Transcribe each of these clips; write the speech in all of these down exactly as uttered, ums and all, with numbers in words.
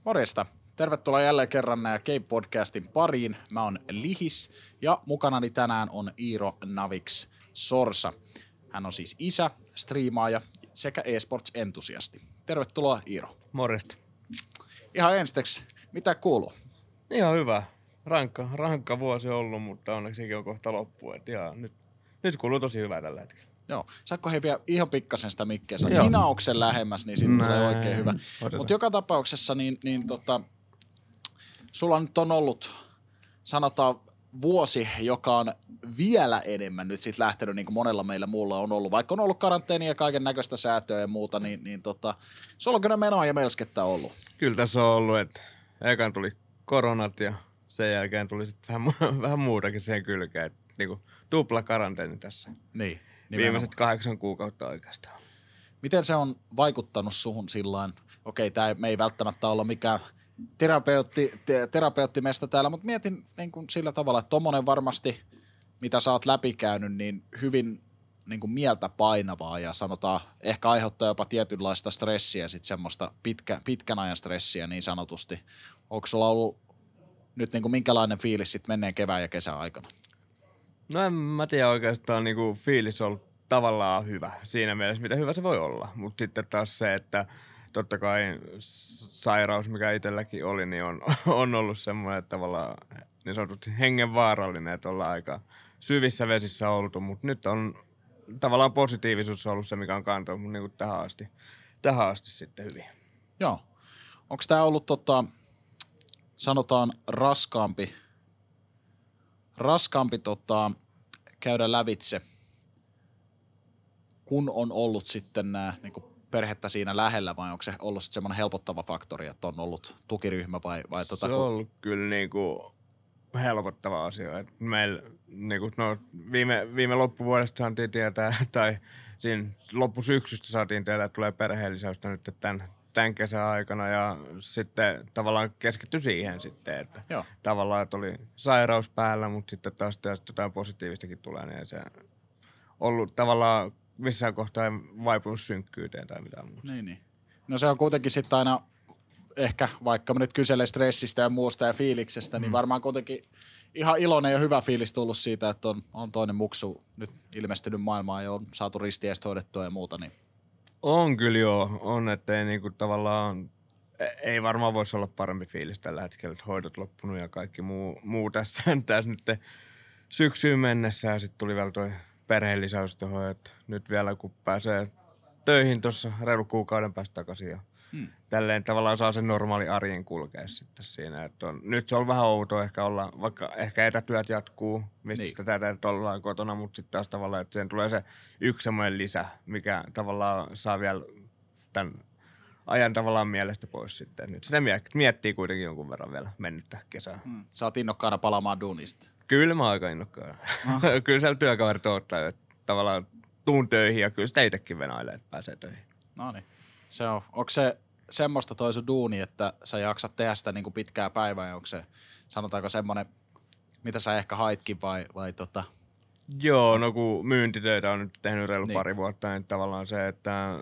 Morjesta. Tervetuloa jälleen kerran Cape-podcastin pariin. Mä oon Lihis ja mukanani tänään on Iiro Navix Sorsa. Hän on siis isä, striimaaja sekä eSports-entusiasti. Tervetuloa Iiro. Morjesta. Ihan ensiksi, mitä kuuluu? Ihan hyvä. Rankka, rankka vuosi ollut, mutta onneksi sekin on kohta loppu. Et ihan, nyt, nyt kuuluu tosi hyvää tällä hetkellä. Joo, saatko hei vielä ihan pikkasen sitä mikkiä, sä hinauksen lähemmäs, niin siitä tulee oikein hyvä. Mutta joka tapauksessa, niin, niin tota, sulla nyt on ollut, sanotaan, vuosi, joka on vielä enemmän nyt sit lähtenyt, niin kuin monella meillä muulla on ollut. Vaikka on ollut karanteenia ja kaiken näköistä säätöä ja muuta, niin, niin tota, sulla on kyllä menoa ja melskettä ollut. Kyllä tässä on ollut, että ekan tuli koronat ja sen jälkeen tuli sitten vähän, vähän muutakin siihen kylkeen. Että niinku tupla karanteeni tässä. Niin. Viimeiset kahdeksan kuukautta oikeastaan. Miten se on vaikuttanut suhun sillain? Okei, tämä me ei välttämättä olla mikään terapeutti, te, terapeuttimesta täällä, mutta mietin niin kuin sillä tavalla, että tommonen varmasti, mitä sä oot läpikäynyt, niin hyvin niin kuin mieltä painavaa ja sanotaan ehkä aiheuttaa jopa tietynlaista stressiä, sitten semmoista pitkä, pitkän ajan stressiä niin sanotusti. Onko sulla ollut nyt niin kuin minkälainen fiilis sitten menneen kevään ja kesän aikana? No en mä tiedä oikeastaan, niinku fiilis on ollut tavallaan hyvä siinä mielessä, mitä hyvä se voi olla. Mutta sitten taas se, että totta kai sairaus, mikä itselläkin oli, niin on, on ollut semmoinen, että tavallaan niin sanotusti hengenvaarallinen, että ollaan aika syvissä vesissä oltu. Mutta nyt on tavallaan positiivisuus ollut se, mikä on kantanut niinku tähän asti, tähän asti sitten hyvin. Joo. Onko tämä ollut tota, sanotaan raskaampi, raskaampi tota, käydä lävitse, kun on ollut sitten nää, niin kuin perhettä siinä lähellä, vai onko se ollut sitten semmoinen helpottava faktori, että on ollut tukiryhmä vai, vai tota, se on ollut kyllä niinku helpottava asia. Et meillä niinku, no, viime, viime loppuvuodesta saatiin tietää, tai siinä loppusyksystä saatiin tietää, että tulee perheellisäystä nyt tämän, tämän kesän aikana, ja sitten tavallaan keskittyi siihen sitten, että Joo. tavallaan että oli sairaus päällä, mutta sitten taas jotain positiivistakin tulee, niin se on ollut tavallaan missään kohtaa ei vaipunut synkkyyteen tai mitään muuta. Niin, niin. No se on kuitenkin sitten aina ehkä, vaikka mä nyt kyselen stressistä ja muusta ja fiiliksestä, mm. niin varmaan kuitenkin ihan iloinen ja hyvä fiilis tullut siitä, että on, on toinen muksu nyt ilmestynyt maailmaan ja on saatu ristiestä hoidettua ja muuta. Niin. On kyllä joo, on, että ei niinku tavallaan, ei varmaan voisi olla parempi fiilis tällä hetkellä, että hoidot loppunut ja kaikki muu, muu tässä, tässä nyt syksyyn mennessä ja sitten tuli vielä toi perheenlisäys tuohon, että nyt vielä kun pääsee töihin tuossa reilu kuukauden päästä takaisin ja hmm. tälleen tavallaan saa sen normaali arjen kulkea sitten siinä. Että on, nyt se on vähän outoa ehkä olla, vaikka ehkä etätyöt jatkuu, mistä niin. tätä että ollaan kotona, mutta sitten taas tavallaan, että siihen tulee se yksi semmoinen lisä, mikä tavallaan saa vielä tämän ajan tavallaan mielestä pois sitten. Nyt sitä miettii kuitenkin jonkun verran vielä mennyttä kesää. Hmm. Sä oot innokkaana palaamaan duunista. Kyllä mä oon aika innokkaan. Ah. Kyllä siellä työkaverit odottaa, että tavallaan tuun töihin ja kyllä sitä itsekin venailee, että pääsee töihin. No niin. Se on. Onko se semmoista toi sun duuni, että sä jaksat tehdä sitä niin kuin pitkää päivää ja onko se, sanotaanko semmoinen, mitä sä ehkä haitkin vai, vai tota? Joo, no kun myyntitöitä on nyt tehnyt reilu niin. pari vuotta, niin tavallaan se, että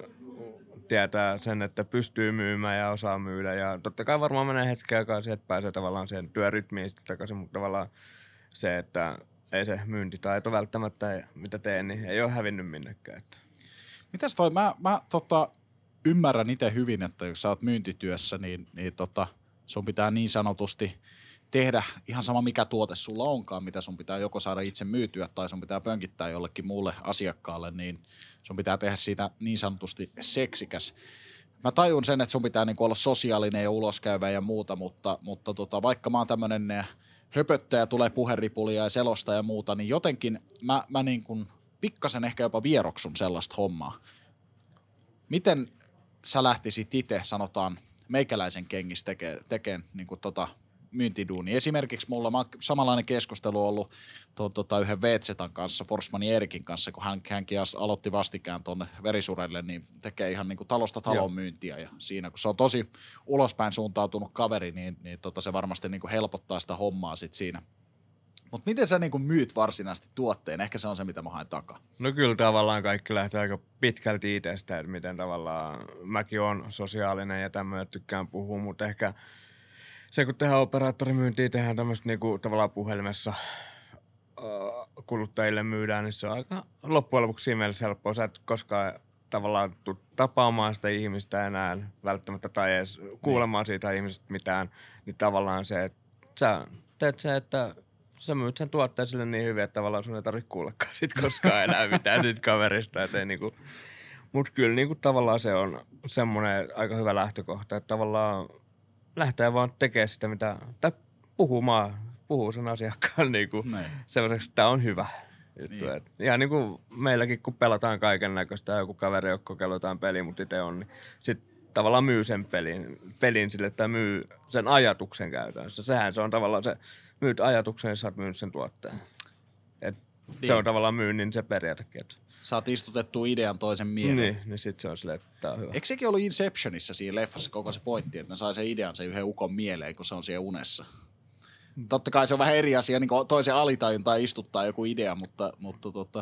tietää sen, että pystyy myymään ja osaa myydä ja totta kai varmaan menee hetken aikaa siihen, että pääsee tavallaan siihen työrytmiin sitten takaisin, mutta tavallaan se, että ei se myyntitaito välttämättä, mitä teen, niin ei ole hävinnyt minnekään. Mitäs toi, mä, mä tota, ymmärrän itse hyvin, että jos sä oot myyntityössä, niin, niin tota, sun pitää niin sanotusti tehdä ihan sama mikä tuote sulla onkaan, mitä sun pitää joko saada itse myytyä tai sun pitää pönkittää jollekin muulle asiakkaalle, niin sun pitää tehdä siitä niin sanotusti seksikäs. Mä tajun sen, että sun pitää niinku olla sosiaalinen ja uloskäyvä ja muuta, mutta, mutta tota, vaikka mä oon tämmönen höpöttäjä, tulee puheripulia ja selosta ja muuta, niin jotenkin mä, mä niin kuin pikkasen ehkä jopa vieroksun sellaista hommaa. Miten sä lähtisit itse, sanotaan, meikäläisen kengissä tekemään teke, niin kuin tota myyntiduunia? Esimerkiksi mulla on samanlainen keskustelu ollut tuon, tota, yhden Veetsetan kanssa, Forsmanin Erikin kanssa, kun hän, hänkin aloitti vastikään tuonne Verisurelle, niin tekee ihan niin kuin talosta talon myyntiä. Ja siinä, kun se on tosi ulospäin suuntautunut kaveri, niin, niin tota, se varmasti niin kuin helpottaa sitä hommaa sit siinä. Mutta miten sä niinku myyt varsinaisesti tuotteen? Ehkä se on se, mitä mä haen takaa. No kyllä tavallaan kaikki lähtee aika pitkälti itsestä, että miten tavallaan mäkin on sosiaalinen ja tämmöinen, tykkään puhua, mutta ehkä se, kun tehdään operaattorimyyntiä, tehdään tämmöistä niinku tavallaan puhelimessa uh, kuluttajille myydään, niin se on aika loppujen lopuksi siinä mielessä helppoa. Sä et koskaan tavallaan tuu tapaamaan sitä ihmistä enää välttämättä tai edes kuulemaan siitä ihmisestä mitään, niin tavallaan se, että sä teet se, että sä myyt sen tuotteen sille niin hyvin, että tavallaan sun ei tarvitse kuullakaan sit koskaan enää mitään siitä kaverista. Niinku, mut kyllä niinku tavallaan se on semmoinen aika hyvä lähtökohta, että tavallaan lähtee vaan tekemään sitä, mitä, tai puhumaan, puhuu sen asiakkaan niinku sellaiseksi, että tää on hyvä juttu. Niin. Ihan niin kuin meilläkin, kun pelataan kaiken näköistä, joku kaveri, joka kokeilee jotain peliä, mutta itse on, niin sit tavallaan myy sen pelin, pelin sille, että myy sen ajatuksen käytännössä. Sehän se on tavallaan se, myyt ajatuksen ja saat myynyt sen tuotteen. Et niin. Se on tavallaan myynnin se periaatekin. Että saat istutettua idean toisen mieleen. Niin, niin sit se on silleen, että tää on hyvä. Eikö sekin ollut Inceptionissa siinä leffassa koko se pointti, että ne sai sen idean sen yhden ukon mieleen, kun se on siellä unessa? Totta kai se on vähän eri asia, niin kuin toisen alitajuntaan istuttaa joku idea, mutta, mutta tota.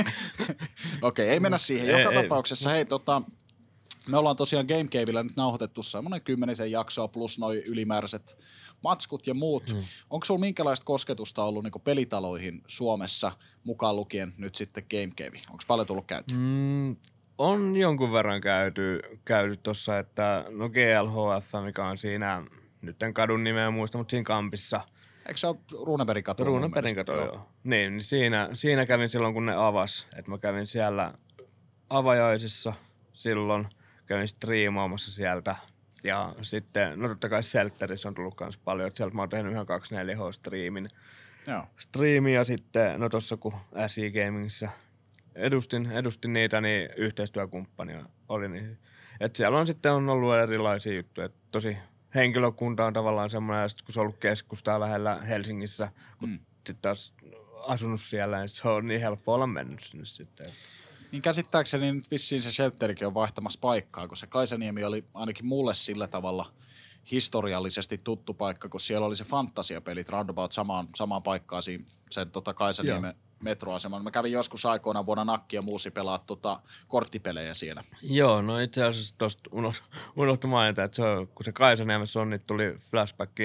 okei, okay, ei mennä siihen. Joka ei, tapauksessa, ei. hei tota, me ollaan tosiaan Game Cavella nyt nauhoitettu semmoinen kymmenisen jaksoa plus noi ylimääräiset matskut ja muut. Hmm. Onko sulla minkälaista kosketusta ollut niin kuin pelitaloihin Suomessa, mukaan lukien nyt sitten Game Cave? Onko paljon tullut käyty? Mm, on jonkun verran käyty, käyty tuossa, että no G L H F, mikä on siinä, nyt en kadun nimeä muista, mutta siinä kampissa. Eikö se ole Runebergin katu? Runebergin katu, joo. joo. Niin, niin siinä, siinä kävin silloin, kun ne avas. Että mä kävin siellä avajaisissa silloin, kävin striimaamassa sieltä. Ja sitten, no totta kai Shelterissä on tullut kans paljon, että sieltä mä oon tehnyt ihan kaksikymmentäneljä H-striimin. Joo. Striimi ja sitten, no tossa kun S I Gamingissa edustin, edustin niitä, niin yhteistyökumppania oli. Niin, että siellä on sitten on ollut erilaisia juttuja, että tosi henkilökunta on tavallaan semmoinen, ja sitten kun se on ollut keskustaa lähellä Helsingissä, kun mm. sitten taas asunut siellä, niin se on niin helppo olla mennyt sinne sitten. Niin käsittääkseni nyt vissiin se Shelterikin on vaihtamassa paikkaa, kun se Kaisaniemi oli ainakin mulle sillä tavalla historiallisesti tuttu paikka, kun siellä oli se fantasiapelit roundabout samaan, samaan paikkaan siinä sen tota Kaisaniemen metroaseman. Mä kävin joskus aikoina vuonna Nakki ja Muusi pelaa tota korttipelejä siellä. Joo, no itse asiassa tosta unohtui unohtu mainita, että se on, kun se Kaisaniemessä on, niin tuli flashback,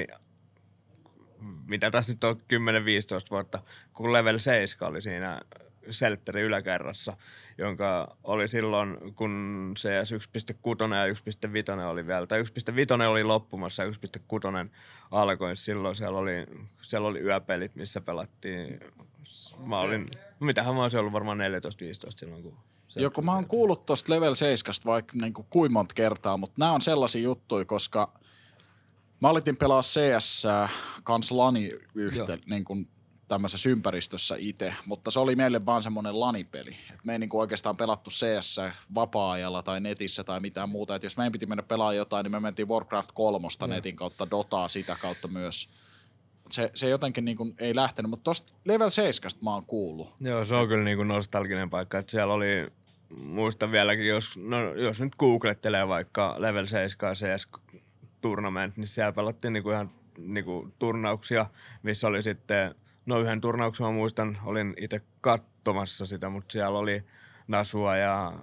mitä tässä nyt on kymmenen viisitoista vuotta, kun Level seitsemän oli siinä Shelterin yläkerrassa, jonka oli silloin, kun C S yksi pilkku kuusi ja yksi pilkku viisi oli vielä, tai yksi pilkku viisi oli loppumassa ja yksi pilkku kuusi alkoi, silloin siellä oli, siellä oli yöpelit, missä pelattiin. Mä olin, mitähän mä olisin ollut varmaan neljätoista viisitoista silloin, kun Joku mä oon kuullut tosta Level seitsemän vaikka niin kuin kuin monta kertaa, mutta nämä on sellaisia juttuja, koska mä aloitin pelaa C S kans lani yhtä, niin kuin tämmöisessä ympäristössä itse, mutta se oli meille vaan semmoinen lanipeli. Et me ei niinku oikeastaan pelattu C S vapaa-ajalla tai netissä tai mitään muuta. Et jos meidän piti mennä pelaamaan jotain, niin me mentiin Warcraft kolme netin kautta, Dotaa sitä kautta myös. Se, se jotenkin niinku ei lähtenyt, mutta tosta Level seitsemän mä oon kuullut. Joo, se on kyllä niinku nostalginen paikka, että siellä oli, muistan vieläkin, jos, no, jos nyt googlettelee vaikka Level seitsemän C S Tournament, niin siellä pelattiin niinku ihan niinku turnauksia, missä oli sitten. No yhden turnauksen mä muistan, olin itse katsomassa sitä, mutta siellä oli Nasua ja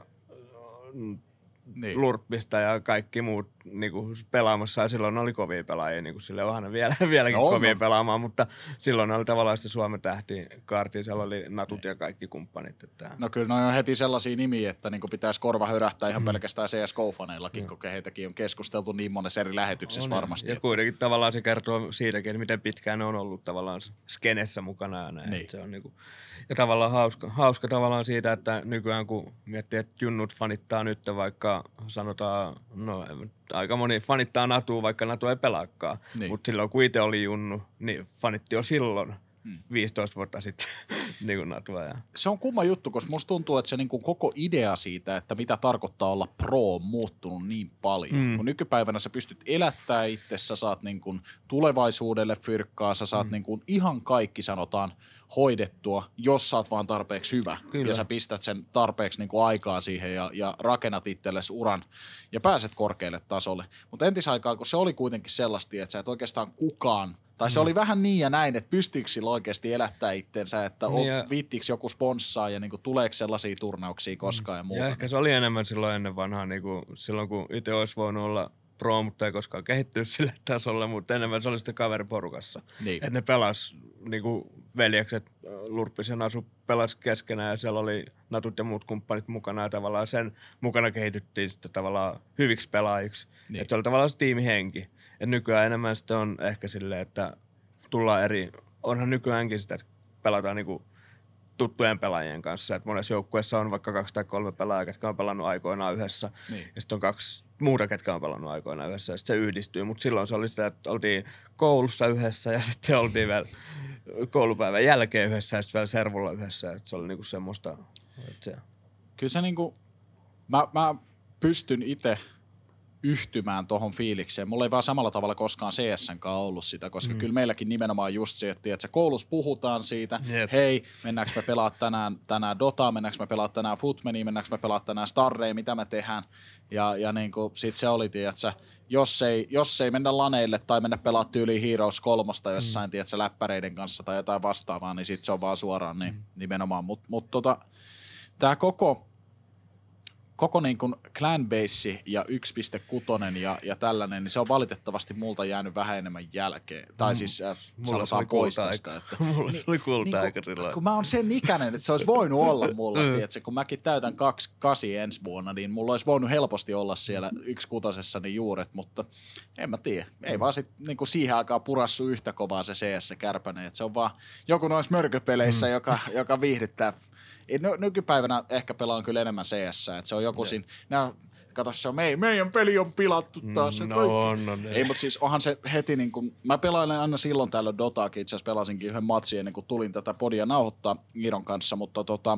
niin. Lurppista ja kaikki muut niinku pelaamassa. Ja silloin oli kovia pelaajia, niinku sille onhan ne vielä, vieläkin no, kovia no. pelaamaan, mutta silloin oli tavallaan se Suomen tähti kaarti, siellä oli Natut ja kaikki kumppanit. Että no kyllä ne on heti sellaisia nimiä, että niinku pitäisi korva hörähtää ihan mm. pelkästään C S G O-faneillakin, mm. kun heitäkin on keskusteltu niin monessa eri lähetyksessä on, varmasti. Ja kuitenkin tavallaan se kertoo siitäkin, että miten pitkään ne on ollut tavallaan skenessä mukana ja näin. Niin. Se on niinku, ja tavallaan hauska, hauska tavallaan siitä, että nykyään kun miettii, että junnut fanittaa nyt vaikka sanotaan, no aika moni fanittaa Natua, vaikka Natu ei pelaakaan. Niin. Mutta silloin kun itse oli junnu, niin fanitti jo silloin hmm. viisitoista vuotta sitten niin kuin Natua. Ja se on kumma juttu, koska musta tuntuu, että se niin kuin koko idea siitä, että mitä tarkoittaa olla pro, on muuttunut niin paljon. Hmm. Kun nykypäivänä sä pystyt elättämään itse, sä saat niin kuin tulevaisuudelle fyrkkaa, sä saat hmm. niin kuin ihan kaikki sanotaan hoidettua, jos sä oot vaan tarpeeksi hyvä. Kyllä. Ja sä pistät sen tarpeeksi niin kuin aikaa siihen ja, ja rakennat itsellesi uran ja pääset korkealle tasolle. Mutta entisaikaa, kun se oli kuitenkin sellaista, että sä et oikeastaan kukaan Tai se mm. oli vähän niin ja näin, että pystyykö sillä oikeasti elättää itsensä, että niin ja... viittiikö joku sponssaa ja niin kuin, tuleeko sellaisia turnauksia koskaan mm. ja muuta. Ja ehkä se oli enemmän silloin ennen vanhaa, niin kuin silloin kun itse olisi voinut olla pro, mutta ei koskaan kehittyä sille tasolle, mutta enemmän se oli sitten kaveriporukassa. Niin. Että ne pelas, niin kuin veljekset, Lurppisen Asu pelasi keskenään ja siellä oli Natut ja muut kumppanit mukana ja tavallaan sen mukana kehityttiin sitten tavallaan hyviksi pelaajiksi. Niin. Että se oli tavallaan se tiimihenki. Ja nykyään enemmän sitten on ehkä silleen, että tullaan eri, onhan nykyäänkin sitä, että pelataan niinku tuttujen pelaajien kanssa. Että monessa joukkueessa on vaikka kaksi tai kolme pelaajaa, ketkä on pelannut aikoinaan yhdessä. Niin. Ja sitten on kaksi muuta, ketkä on pelannut aikoinaan yhdessä. Ja sitten se yhdistyy. Mutta silloin se oli sitä, että oltiin koulussa yhdessä ja sitten oltiin vielä koulupäivän jälkeen yhdessä ja sitten vielä servulla yhdessä. Että se oli niinku semmoista. Että se... Kyllä se niinku, mä, mä pystyn itse yhtymään tohon fiilikseen. Mulla ei vaan samalla tavalla koskaan C S:n kanssa ollut sitä, koska mm. kyllä meilläkin nimenomaan just se, että, että koulussa puhutaan siitä, yep. hei, mennäänkö me pelaa tänään, tänään Dotaa, mennäänkö me pelaa tänään Footmania, mennäänkö me pelaa tänään Starreja, mitä me tehdään. Ja, ja niin kuin sit se oli, että jos ei, jos ei mennä laneille tai mennä pelaa tyyliin Heroes kolmosta jossain, mm. tiedätkö, läppäreiden kanssa tai jotain vastaavaa, niin sit se on vaan suoraan niin, mm. nimenomaan. Mutta mut tota, tää koko... Koko niin kuin clan-base ja yksi pilkku kuusi ja, ja tällainen, niin se on valitettavasti multa jäänyt vähän enemmän jälkeen. Tai siis äh, sanotaan pois tästä. Että, mulla niin, oli kulta-aika niin kun, kun mä oon sen ikäinen, että se olisi voinut olla mulla, tiedätkö, kun mäkin täytän kaksi kasi ensi vuonna, niin mulla olisi voinut helposti olla siellä yksi kutosessa niin juuret, mutta en mä tiedä. Ei vaan sit, niin kuin siihen aikaan purassu yhtä kovaa se C S-kärpänen, että se on vaan joku noissa mörköpeleissä, mm. joka, joka viihdyttää. Nykypäivänä ehkä pelaan kyllä enemmän C S, että se on joku siinä, nää, kato se on, me, meidän peli on pilattu taas. No on, no, ei, mutta siis onhan se heti niin kuin, mä pelailen aina silloin tällöin Dotaakin, itse asiassa pelasinkin yhden matsin ennen kuin tulin tätä podia nauhoittaa Iiron kanssa, mutta tota,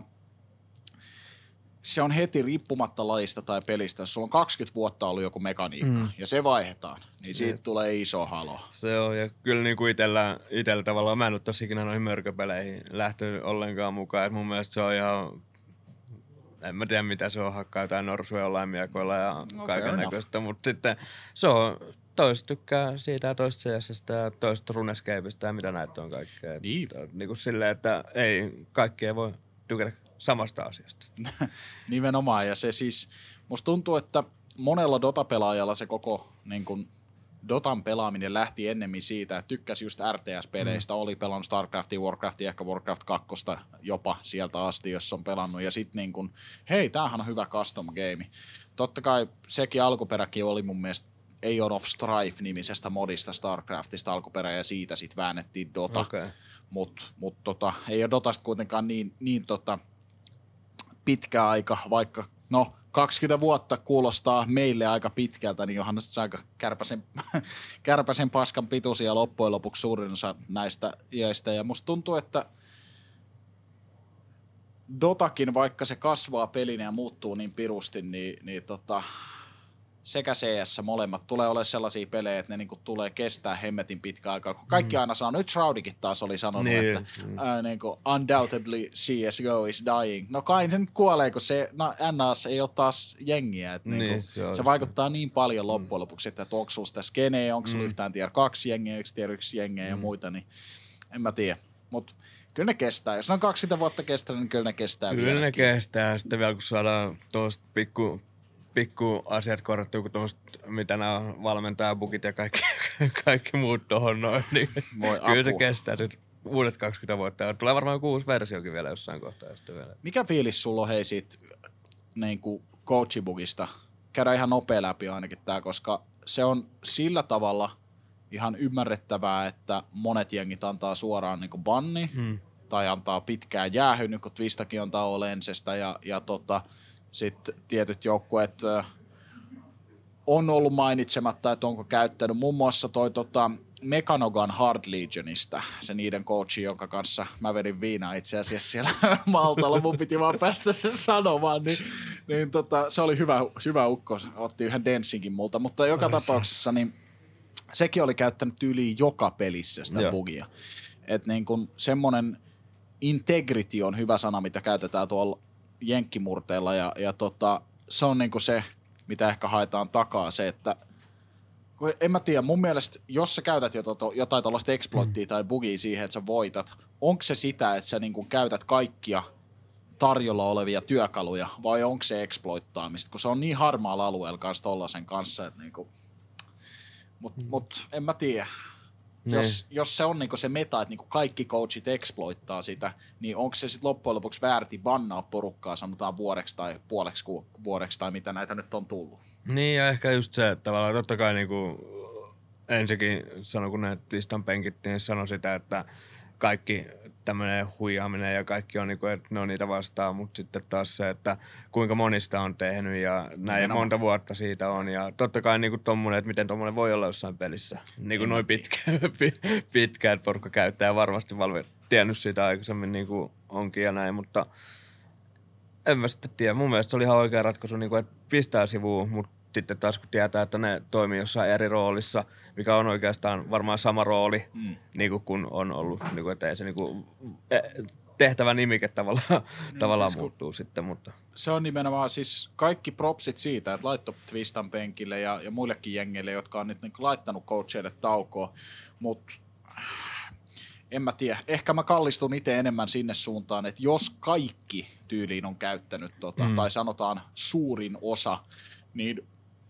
se on heti riippumatta lajista tai pelistä, jos sulla on kaksikymmentä vuotta ollut joku mekaniikka mm. ja se vaihdetaan, niin siitä mm. tulee iso halo. Se on, ja kyllä niin kuin itellä, itellä tavallaan, mä en ole tossa ikinä noihin mörköpeleihin lähtenyt ollenkaan mukaan, että mun mielestä se on ihan, en mä tiedä mitä se on, hakkaa jotain norsuja jollain miekoilla ja no, kaiken näköistä, mutta sitten se on, toiset tykkää siitä ja toiset C S:stä ja toiset Runescapeista ja mitä näitä on kaikkea. Niin. Että, niin kuin silleen, että ei, kaikki ei voi tykätä samasta asiasta. Nimenomaan, ja se siis, musta tuntuu, että monella Dota-pelaajalla se koko niin kun, Dotan pelaaminen lähti ennemmin siitä, että tykkäsi just R T S-peleistä, mm. oli pelannut StarCraftia, Warcraftia, ehkä Warcraft kaksi jopa sieltä asti, jos on pelannut, ja sitten niin kun, hei, tämähän on hyvä custom game. Totta kai sekin alkuperäkin oli mun mielestä Aeon of Strife-nimisestä modista StarCraftista alkuperä, ja siitä sitten väännettiin Dota, okay. mutta mut, tota, ei ole Dotasta kuitenkaan niin, niin tota, pitkä aika, vaikka no kaksikymmentä vuotta kuulostaa meille aika pitkältä, niin onhan se aika kärpäsen, kärpäsen paskan pituisia loppujen lopuksi suurin osa näistä iäistä. Ja musta tuntuu, että Dotakin, vaikka se kasvaa pelinä ja muuttuu niin pirusti, niin, niin tota, sekä C S molemmat tulee olemaan sellaisia pelejä, että ne niinku tulee kestää hemmetin pitkä aikaa. Kun kaikki aina sanoo, nyt Shroudikin taas oli sanonut, niin, että mm. ää, niinku, undoubtedly C S G O is dying. No kai se nyt kuolee, kun se no, N A S ei ole taas jengiä. Et, niin, niinku, se, se vaikuttaa niin paljon loppujen lopuksi, että onko sulla sitä skeneä, onko sulla mm. yhtään tier kaksi jengiä, yksi tier yksi jengiä mm. ja muita, niin en mä tiedä. Mut kyllä ne kestää. Jos ne on kaksikymmentä vuotta kestänyt, niin kyllä ne kestää Kyllä vieläkin. ne kestää. Sitten vielä kun saadaan tuosta pikku pikku asiat korjattua, kun tuosta, mitä nämä valmentaa, bugit ja kaikki, kaikki muut tuohon noin, niin Voi kyllä apua. Se kestää nyt uudet kaksikymmentä vuotta. Tulee varmaan joku uusi versiokin vielä jossain kohtaa. Vielä. Mikä fiilis sulla on hei siitä niin kuin coachibugista? Käydään ihan nopea läpi ainakin tää, koska se on sillä tavalla ihan ymmärrettävää, että monet jengit antaa suoraan niin kuin banni hmm. tai antaa pitkään jäähy, kun Twistakin on tauo Lensestä ja, ja tota, sitten tietyt joukkueet on ollut mainitsematta, että onko käyttänyt muun muassa toi tota, Mekanogan Hard Legionista, se niiden coachi, jonka kanssa mä vedin viinaa itse asiassa siellä Maltalla, mun piti vaan päästä sen sanomaan, niin, niin tota, se oli hyvä, hyvä ukko, otti yhden dancingin multa, mutta joka Ai tapauksessa niin sekin oli käyttänyt tyyliin joka pelissä sitä Joo. bugia. Että niin kun semmoinen integrity on hyvä sana, mitä käytetään tuolla jenkkimurteilla ja, ja tota, se on niinku se, mitä ehkä haetaan takaa, se, että En mä tiedä, mun mielestä, jos sä käytät jotain tällaista exploittia mm. tai bugia siihen, että sä voitat, onko se sitä, että sä niin kuin käytät kaikkia tarjolla olevia työkaluja, vai onko se exploittaamista, kun se on niin harmaalla alueella kanssa tollasen kanssa, että niinku, mut, mm. mut en mä tiedä. Jos, jos se on niinku se meta, että niinku kaikki coachit exploittaa sitä, niin onko se sitten loppujen lopuksi väärti bannaa porukkaa, sanotaan vuodeksi tai puoleksi vuodeksi tai mitä näitä nyt on tullut? Niin ja ehkä just se, että tavallaan totta kai niinku ensinnäkin sano, kun ne listan penkittiin, niin sano sitä, että kaikki tämmöinen huijaaminen ja kaikki on niinku, että ne on niitä vastaan, mutta sitten taas se, että kuinka monista on tehnyt ja näin no, monta vuotta siitä on ja totta kai niinku tommonen, että miten tommonen voi olla jossain pelissä. Niinku noin pitkä, pitkään porukka käyttää ja varmasti Valve tiennyt siitä aikaisemmin niinku onkin ja näin, mutta en mä sitten tiedä. Mun mielestä se oli ihan oikea ratkaisu, niinku, että pistää sivuun, mutta sitten taas kun tietää, että ne toimii jossain eri roolissa, mikä on oikeastaan varmaan sama rooli, mm. niin kuin kun on ollut, niin kuin, että ei se niin kuin, tehtävä nimike tavallaan, niin, tavallaan siis, muuttuu sitten. Mutta. Se on nimenomaan siis kaikki propsit siitä, että laittoi Twistan penkille ja, ja muillekin jengeille, jotka on nyt niin kuin laittanut coacheille taukoa, mutta en mä tiedä. Ehkä mä kallistun itse enemmän sinne suuntaan, että jos kaikki tyyliin on käyttänyt, tota, mm. tai sanotaan suurin osa, niin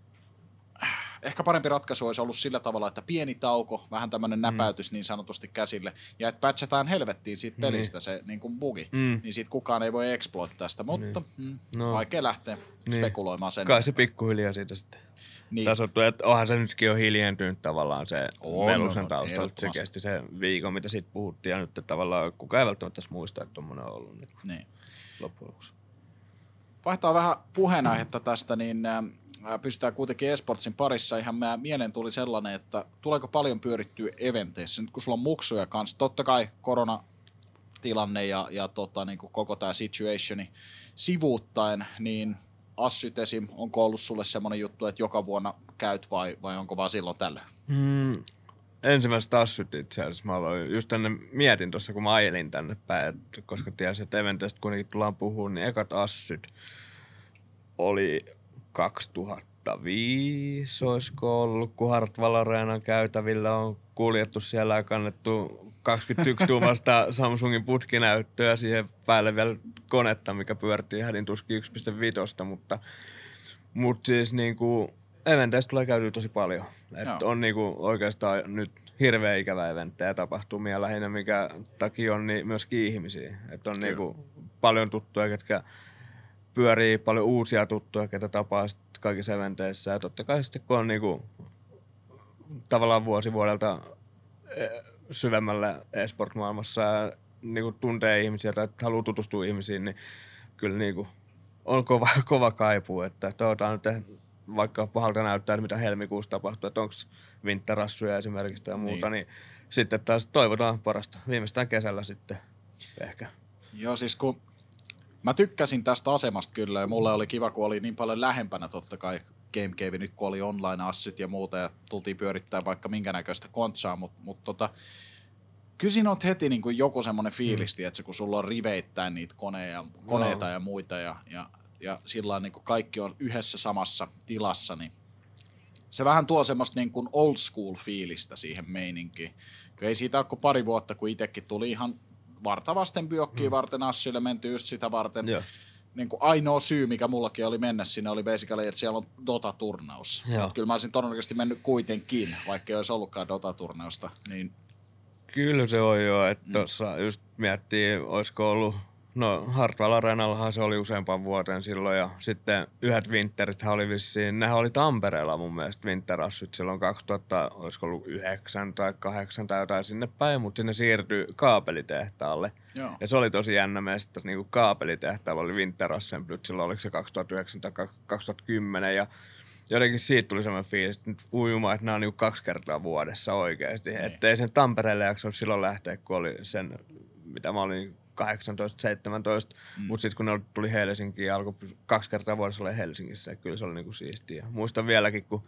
ehkä parempi ratkaisu olisi ollut sillä tavalla, että pieni tauko, vähän tämmöinen näpäytys niin sanotusti käsille, ja että patchataan helvettiin siitä pelistä mm. se niin kuin bugi, mm. niin siitä kukaan ei voi exploittaa sitä, mutta niin. mm, no. vaikea lähteä niin. spekuloimaan sen. Kai se pikkuhiljaa siitä sitten niin. tasottuu, että onhan se nytkin jo hiljentynyt tavallaan se Melusen taustalla, että se kesti se viikon, mitä siitä puhuttiin, ja nyt tavallaan kukaan ei välttämättä muista, että tommoinen on ollut niin. Niin. loppujen lopuksi. Vaihtaa vähän puheenaihetta tästä, niin pystytään kuitenkin eSportsin parissa. Ihan mieleen tuli sellainen, että tuleeko paljon pyörittyä eventeissä, nyt kun sulla on muksuja kanssa, totta kai koronatilanne ja, ja tota, niin kuin koko tämä situationi sivuuttaen, niin Assyt esim, onko ollut sulle semmoinen juttu, että joka vuonna käyt vai, vai onko vaan silloin tällä? Mm, ensimmäiset Assyt itse asiassa mä aloin, just tänne mietin tuossa, kun mä ajelin tänne päin, koska tiesin, että eventeistä kuitenkin tullaan puhumaan, niin ekat Assyt oli kaksituhattaviisi olisiko ollut, kun Hartwall Areenan käytävillä on kuljettu siellä ja kannettu kaksikymmentäyksi tuumasta Samsungin putkinäyttöä siihen päälle vielä konetta, mikä pyörtii hädin tuskin yksi pilkku viisi, mutta, mutta siis niinku eventeistä tulee käytyä tosi paljon. Et on niinku oikeastaan nyt hirveä ikävä eventtejä tapahtumia lähinnä, mikä takia on niin myöskin ihmisiä. Et on niinku paljon tuttuja, ketkä pyörii, paljon uusia tuttuja, ketä tapaa kaikissa eventeissä. Ja totta kai sitten kun on niinku tavallaan vuosi vuodelta syvemmällä e-sport-maailmassa ja niinku tuntee ihmisiä tai haluaa tutustua ihmisiin, niin kyllä niinku on kova, kova kaipuu. Että toivotaan nyt, vaikka pahalta näyttää, mitä helmikuussa tapahtuu, että onko vinterassuja esimerkiksi tai muuta, niin. niin sitten taas toivotaan parasta. Viimeistään kesällä sitten ehkä. Joo, siis kun mä tykkäsin tästä asemasta kyllä ja mulle oli kiva, kun oli niin paljon lähempänä totta kai Game Cave, nyt kun oli online-assyt ja muuta ja tultiin pyörittää vaikka minkä näköistä kontsaa, mutta mut tota, kyllä siinä on heti niin kuin joku semmoinen fiilisti, mm. että se, kun sulla on riveittäin niitä koneja, koneita no. ja muita ja, ja, ja sillä niin kuin kaikki on yhdessä samassa tilassa, niin se vähän tuo semmoista niin kuin old school fiilistä siihen meininkiin. Kyllä ei siitä ole kuin pari vuotta, kun itsekin tuli ihan varta vasten byokkiä mm. varten Assylle, menty just sitä varten. Yeah. Niin kuin ainoa syy, mikä mullakin oli mennä sinne, oli basically, että siellä on Dota-turnaus. Kyllä mä olisin todennäköisesti mennyt kuitenkin, vaikka ei olisi ollutkaan Dota-turnausta. Niin. Kyllä se on jo, että mm. tuossa just miettii, olisiko ollut, no Hartwall Areenallahan se oli useampaan vuoteen silloin ja sitten yhdet winterithän oli vissiin, nehän oli Tampereella mun mielestä winterassyt silloin kaksituhatta, olisiko ollut yhdeksän tai kahdeksan tai jotain sinne päin, mutta sinne siirtyi kaapelitehtaalle. Joo. Ja se oli tosi jännä meistä, että niinku kaapelitehtaalla oli winterassemblyt, silloin oliko se kaksituhattayhdeksän tai kaksituhattakymmenen ja jotenkin siitä tuli semmoinen fiilis, että nyt ujuma, että nämä on niinku kaksi kertaa vuodessa oikeasti. Niin. Että ei sen Tampereelle jaksanut silloin lähteä, kun oli sen, mitä mä olin kahdeksantoista seitsemäntoista, mm. mutta sitten kun ne tuli Helsinkiin ja alkoi kaksi kertaa vuodessa olla Helsingissä, ja kyllä se oli niinku siistiä. Muistan vieläkin, kun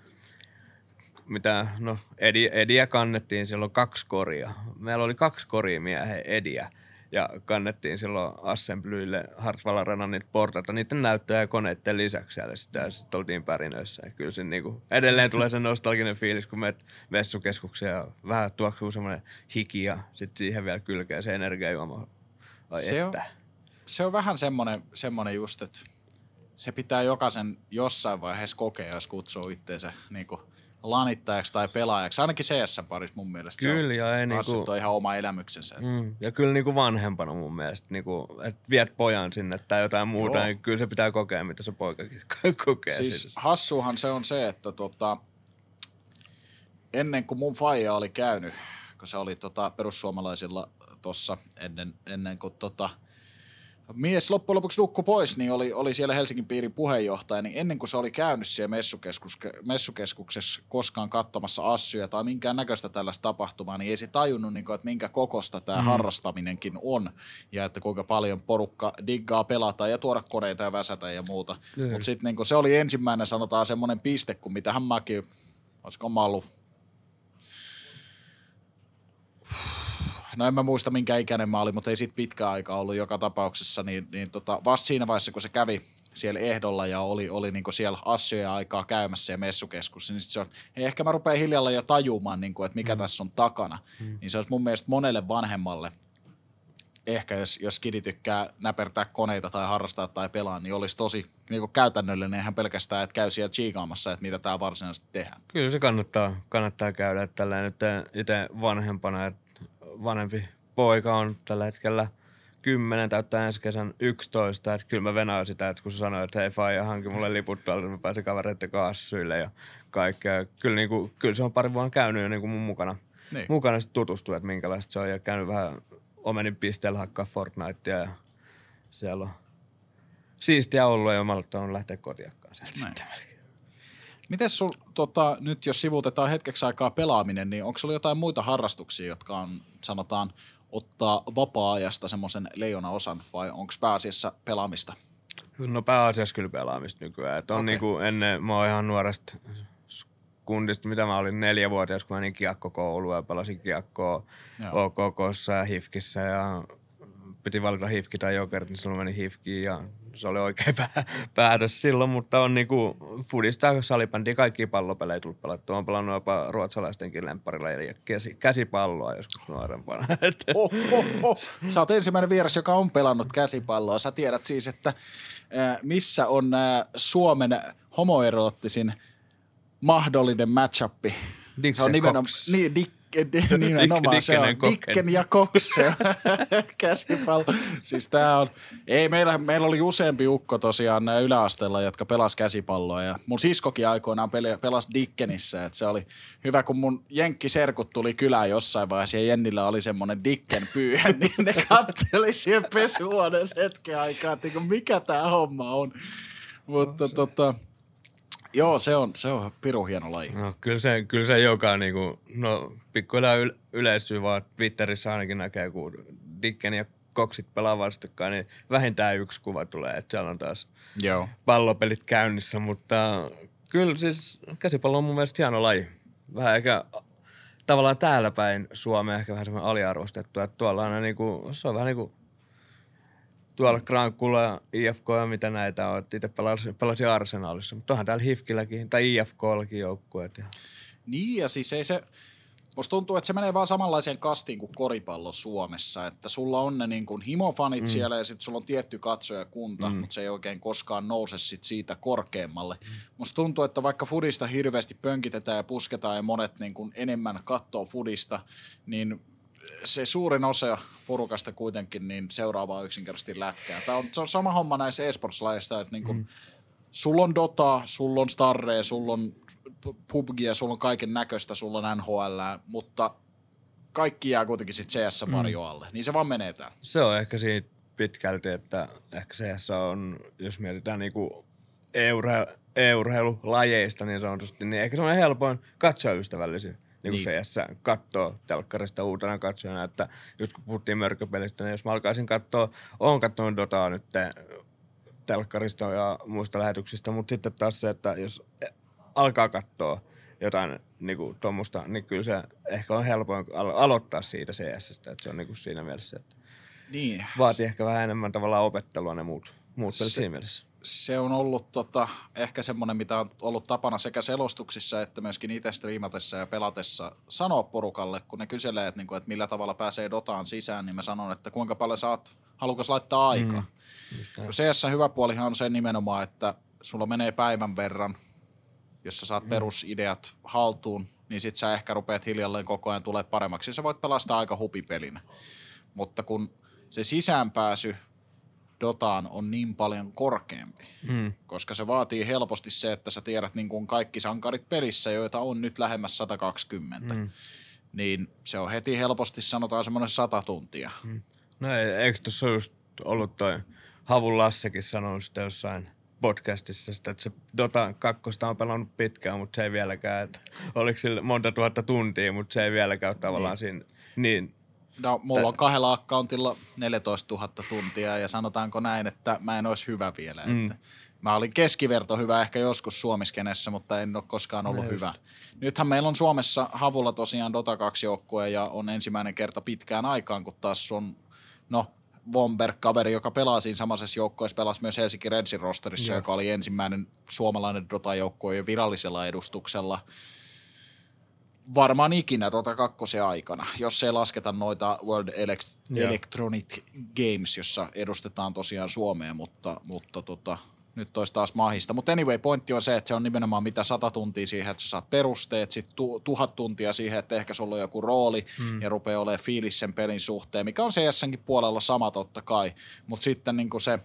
mitä, no Edi, Ediä kannettiin silloin kaksi koria. Meillä oli kaksi koria miehen Ediä. ja kannettiin silloin Assemblyille Hartwall Arenan niitä portaita, niiden näyttöjä ja koneiden lisäksi siellä sitä, ja sitten oltiin pärinöissä. Ja kyllä se niinku, edelleen tulee se nostalginen fiilis, kun menet messukeskukseen ja vähän tuoksuu semmoinen hiki ja sitten siihen vielä kylkee se energiajuoma. Se on, se on vähän semmoinen, semmoinen just, että se pitää jokaisen jossain vaiheessa kokea, jos kutsuu itseensä niinku lanittajaksi tai pelaajaksi. Ainakin C S-parissa mun mielestä kyllä, se ja ei on niinku, ihan oma elämyksensä. Mm, ja kyllä niinku vanhempana mun mielestä, niinku, että viet pojan sinne tai jotain muuta, joo. Niin kyllä se pitää kokea, mitä se poikakin kokee. Siis siitä. Hassuhan se on se, että tota, ennen kuin mun faija oli käynyt, kun se oli tota perussuomalaisilla tossa ennen, ennen kuin tota, mies loppujen lopuksi nukkui pois, niin oli, oli siellä Helsingin piirin puheenjohtaja, niin ennen kuin se oli käynyt siellä messukeskus, messukeskuksessa koskaan katsomassa assyja tai minkään näköistä tällaista tapahtumaa, niin ei se tajunnut, niin kuin, että minkä kokosta tämä mm. harrastaminenkin on ja että kuinka paljon porukka diggaa pelata ja tuoda koneita ja väsätä ja muuta. Mutta sitten niin se oli ensimmäinen, sanotaan semmoinen piste, kun mitähän mäkin, olisiko mä ollut, no en mä muista minkä ikäinen mä olin, mutta ei siitä pitkään aikaa ollut joka tapauksessa, niin, niin tota, vasta siinä vaiheessa, kun se kävi siellä ehdolla ja oli, oli niinku siellä assyja aikaa käymässä ja messukeskuksessa, niin sit se on, hei, ehkä mä rupean hiljalla jo tajumaan, niinku, että mikä mm. tässä on takana. Mm. Niin se olisi mun mielestä monelle vanhemmalle, ehkä jos, jos kidi tykkää näpertää koneita tai harrastaa tai pelaa, niin olisi tosi niinku käytännöllinen ihan pelkästään, että käy siellä chiikaamassa, että mitä tää varsinaisesti tehdään. Kyllä se kannattaa, kannattaa käydä, että tällä nyt itse vanhempana, että vanhempi poika on tällä hetkellä kymmenen täyttää ensi kesän yksitoista, että kyllä mä venaan sitä, että kun sä sanoit, että hei faija, hanki mulle liput tuolta, mä pääsin kavereiden kanssa assyille ja kaikkea. Kyllä, niin kuin, kyllä se on pari vuonna käynyt jo niin kuin mun mukana, niin. mukana sitten tutustua, että minkälaista se on ja käynyt vähän omenin pisteellä hakkaa Fortnitea ja siellä on siistiä ollut ja mä aloittanut lähteä kotiakkaan sieltä sitten. Mites sul, tota, nyt jos sivuutetaan hetkeksi aikaa pelaaminen, niin onko sulla jotain muita harrastuksia, jotka on, sanotaan, ottaa vapaa-ajasta semmoisen leijona osan, vai onko pääasiassa pelaamista? No pääasiassa kyllä pelaamista nykyään. Et on okay. Niinku ennen, mä oon ihan nuoresta kundista, mitä mä olin neljävuotias, kun mä menin kiekkokouluun ja pelasin kiekkoa O K K:ssa ja Hifkissä ja piti valita Hifki tai Jokerit, niin silloin meni Hifkiin ja se oli oikein päätös silloin, mutta on niinku fudista, salibändiä, kaikkia pallopelejä tullut pelattua. Olen pelannut jopa ruotsalaistenkin lempparilla ja käsi, käsipalloa joskus nuorempana. Oh, oh, oh. Sä oot ensimmäinen vieras, joka on pelannut käsipalloa. Sä tiedät siis, että äh, missä on äh, Suomen homoeroottisin mahdollinen match-up. Se on nimenomaan, niin, dik, nimenomaan se on Dicken ja Cox, käsipallo. Siis tää on, ei meillä, meillä oli useampi ukko tosiaan yläasteella, jotka pelas käsipalloa ja mun siskokin aikoinaan pelasi Dickenissä, että se oli hyvä, kun mun jenkkiserkut tuli kylään jossain vaiheessa ja Jennillä oli semmonen Dicken pyyhä, niin ne katteli siihen pesuhuoneessa hetken aikaa, että mikä tää homma on. Mutta tota... Joo, se on, se on pirun hieno laji. No, kyllä se, kyllä se joka niinku, no pikkuhiljaa yl, yleistyy vaan Twitterissä ainakin näkee, kun Dicken ja Coxit pelaa vastakkain, niin vähintään yksi kuva tulee, että siellä on taas Joo. pallopelit käynnissä, mutta kyllä siis käsipallo on mun mielestä hieno laji. Vähän ehkä tavallaan täällä päin Suomea ehkä vähän semmoinen aliarvostettu, että tuolla on niinku, se on vähän niinku tuolla Grankulla ja I F K ja mitä näitä on. Itse pelasin, pelasin Arsenalissa, mutta onhan täällä H I F K:lläkin tai I F K:llakin joukkueet. Niin ja siis ei se, musta tuntuu, että se menee vaan samanlaiseen kastiin kuin koripallo Suomessa, että sulla on ne niin kuin himofanit mm. siellä ja sitten sulla on tietty katsojakunta, mm. mutta se ei oikein koskaan nouse sit siitä korkeammalle. Mm. Musta tuntuu, että vaikka fudista hirveästi pönkitetään ja pusketaan ja monet niin kuin enemmän katsoo fudista, niin se suurin osa porukasta kuitenkin niin seuraavaa yksinkertaisesti lätkää. Tämä on, se on sama homma näissä e-sports-lajeissa, että niin kuin, mm. sulla on Dota, sulla on Starrea, sulla on P U B Gia, sulla on kaiken näköistä, sulla on N H L, mutta kaikki jää kuitenkin sitten C S-varjo alle. Mm. Niin se vaan menee täällä. Se on ehkä siitä pitkälti, että ehkä C S on, jos mietitään niinku e-urheilulajeista niin sanotusti, niin ehkä se on helpoin katsojaystävällisin. Niin kuin niin. C S katsoo telkkarista uutena katsojana, että just kun puhuttiin mörköpelistä, niin jos mä alkaisin katsoa, oon katsonut Dotaa nyt telkkarista ja muista lähetyksistä, mutta sitten taas se, että jos alkaa katsoa jotain niin kuin tuommoista, niin kyllä se ehkä on helpoin alo- aloittaa siitä C S:stä, että se on niin kuin siinä mielessä, että Niin. Vaatii ehkä vähän enemmän tavallaan opettelua ne muut, muut pelit Se- siinä mielessä. Se on ollut tota, ehkä semmoinen, mitä on ollut tapana sekä selostuksissa että myöskin itse striimatessa ja pelatessa sanoa porukalle, kun ne kyselee, että, niinku, että millä tavalla pääsee Dotaan sisään, niin mä sanon, että kuinka paljon sä oot halukas laittaa aikaa. Mm. C S hyvä puolihan on se nimenomaan, että sulla menee päivän verran, jos sä saat mm. perusideat haltuun, niin sit sä ehkä rupeat hiljalleen koko ajan tulee paremmaksi. Ja sä voit pelastaa aika hupipelinä. Mutta kun se sisäänpääsy Dotaan on niin paljon korkeampi, mm. koska se vaatii helposti se, että sä tiedät niin kuin kaikki sankarit pelissä, joita on nyt lähemmäs sata kaksikymmentä, mm. niin se on heti helposti sanotaan semmoinen sata tuntia. Mm. No ei, eikö tuossa just ollut toi Havun Lassekin sanonut sitä jossain podcastissa sitä, että se Dota kakkosta on pelannut pitkään, mutta se ei vieläkään, että oliko sillä monta tuhatta tuntia, mutta se ei vieläkään tavallaan niin. siinä niin. No, mulla on kahdella accountilla neljätoistatuhatta tuntia ja sanotaanko näin, että mä en olisi hyvä vielä. Mm. Että mä olin keskiverto hyvä ehkä joskus Suomiskenessä, mutta en ole koskaan ollut no hyvä. Nythän meillä on Suomessa Havulla tosiaan Dota kaksi joukkue ja on ensimmäinen kerta pitkään aikaan, kun taas on, no, Vomberg-kaveri, joka pelaa siinä samaisessa joukkueessa, pelasi myös Helsinki Redsin rosterissa, Joo. joka oli ensimmäinen suomalainen Dota-joukkue virallisella edustuksella. Varmaan ikinä Dota kakkosen aikana, jos ei lasketa noita World Elect- Electronic Games, jossa edustetaan tosiaan Suomea, mutta, mutta tota, nyt olisi taas mahista. Mutta anyway, pointti on se, että se on nimenomaan mitä sata tuntia siihen, että sä saat perusteet, sitten tu- tuhat tuntia siihen, että ehkä sulla on joku rooli mm. ja rupeaa olemaan fiilis sen pelin suhteen, mikä on C S:nkin puolella sama totta kai, mutta sitten niin se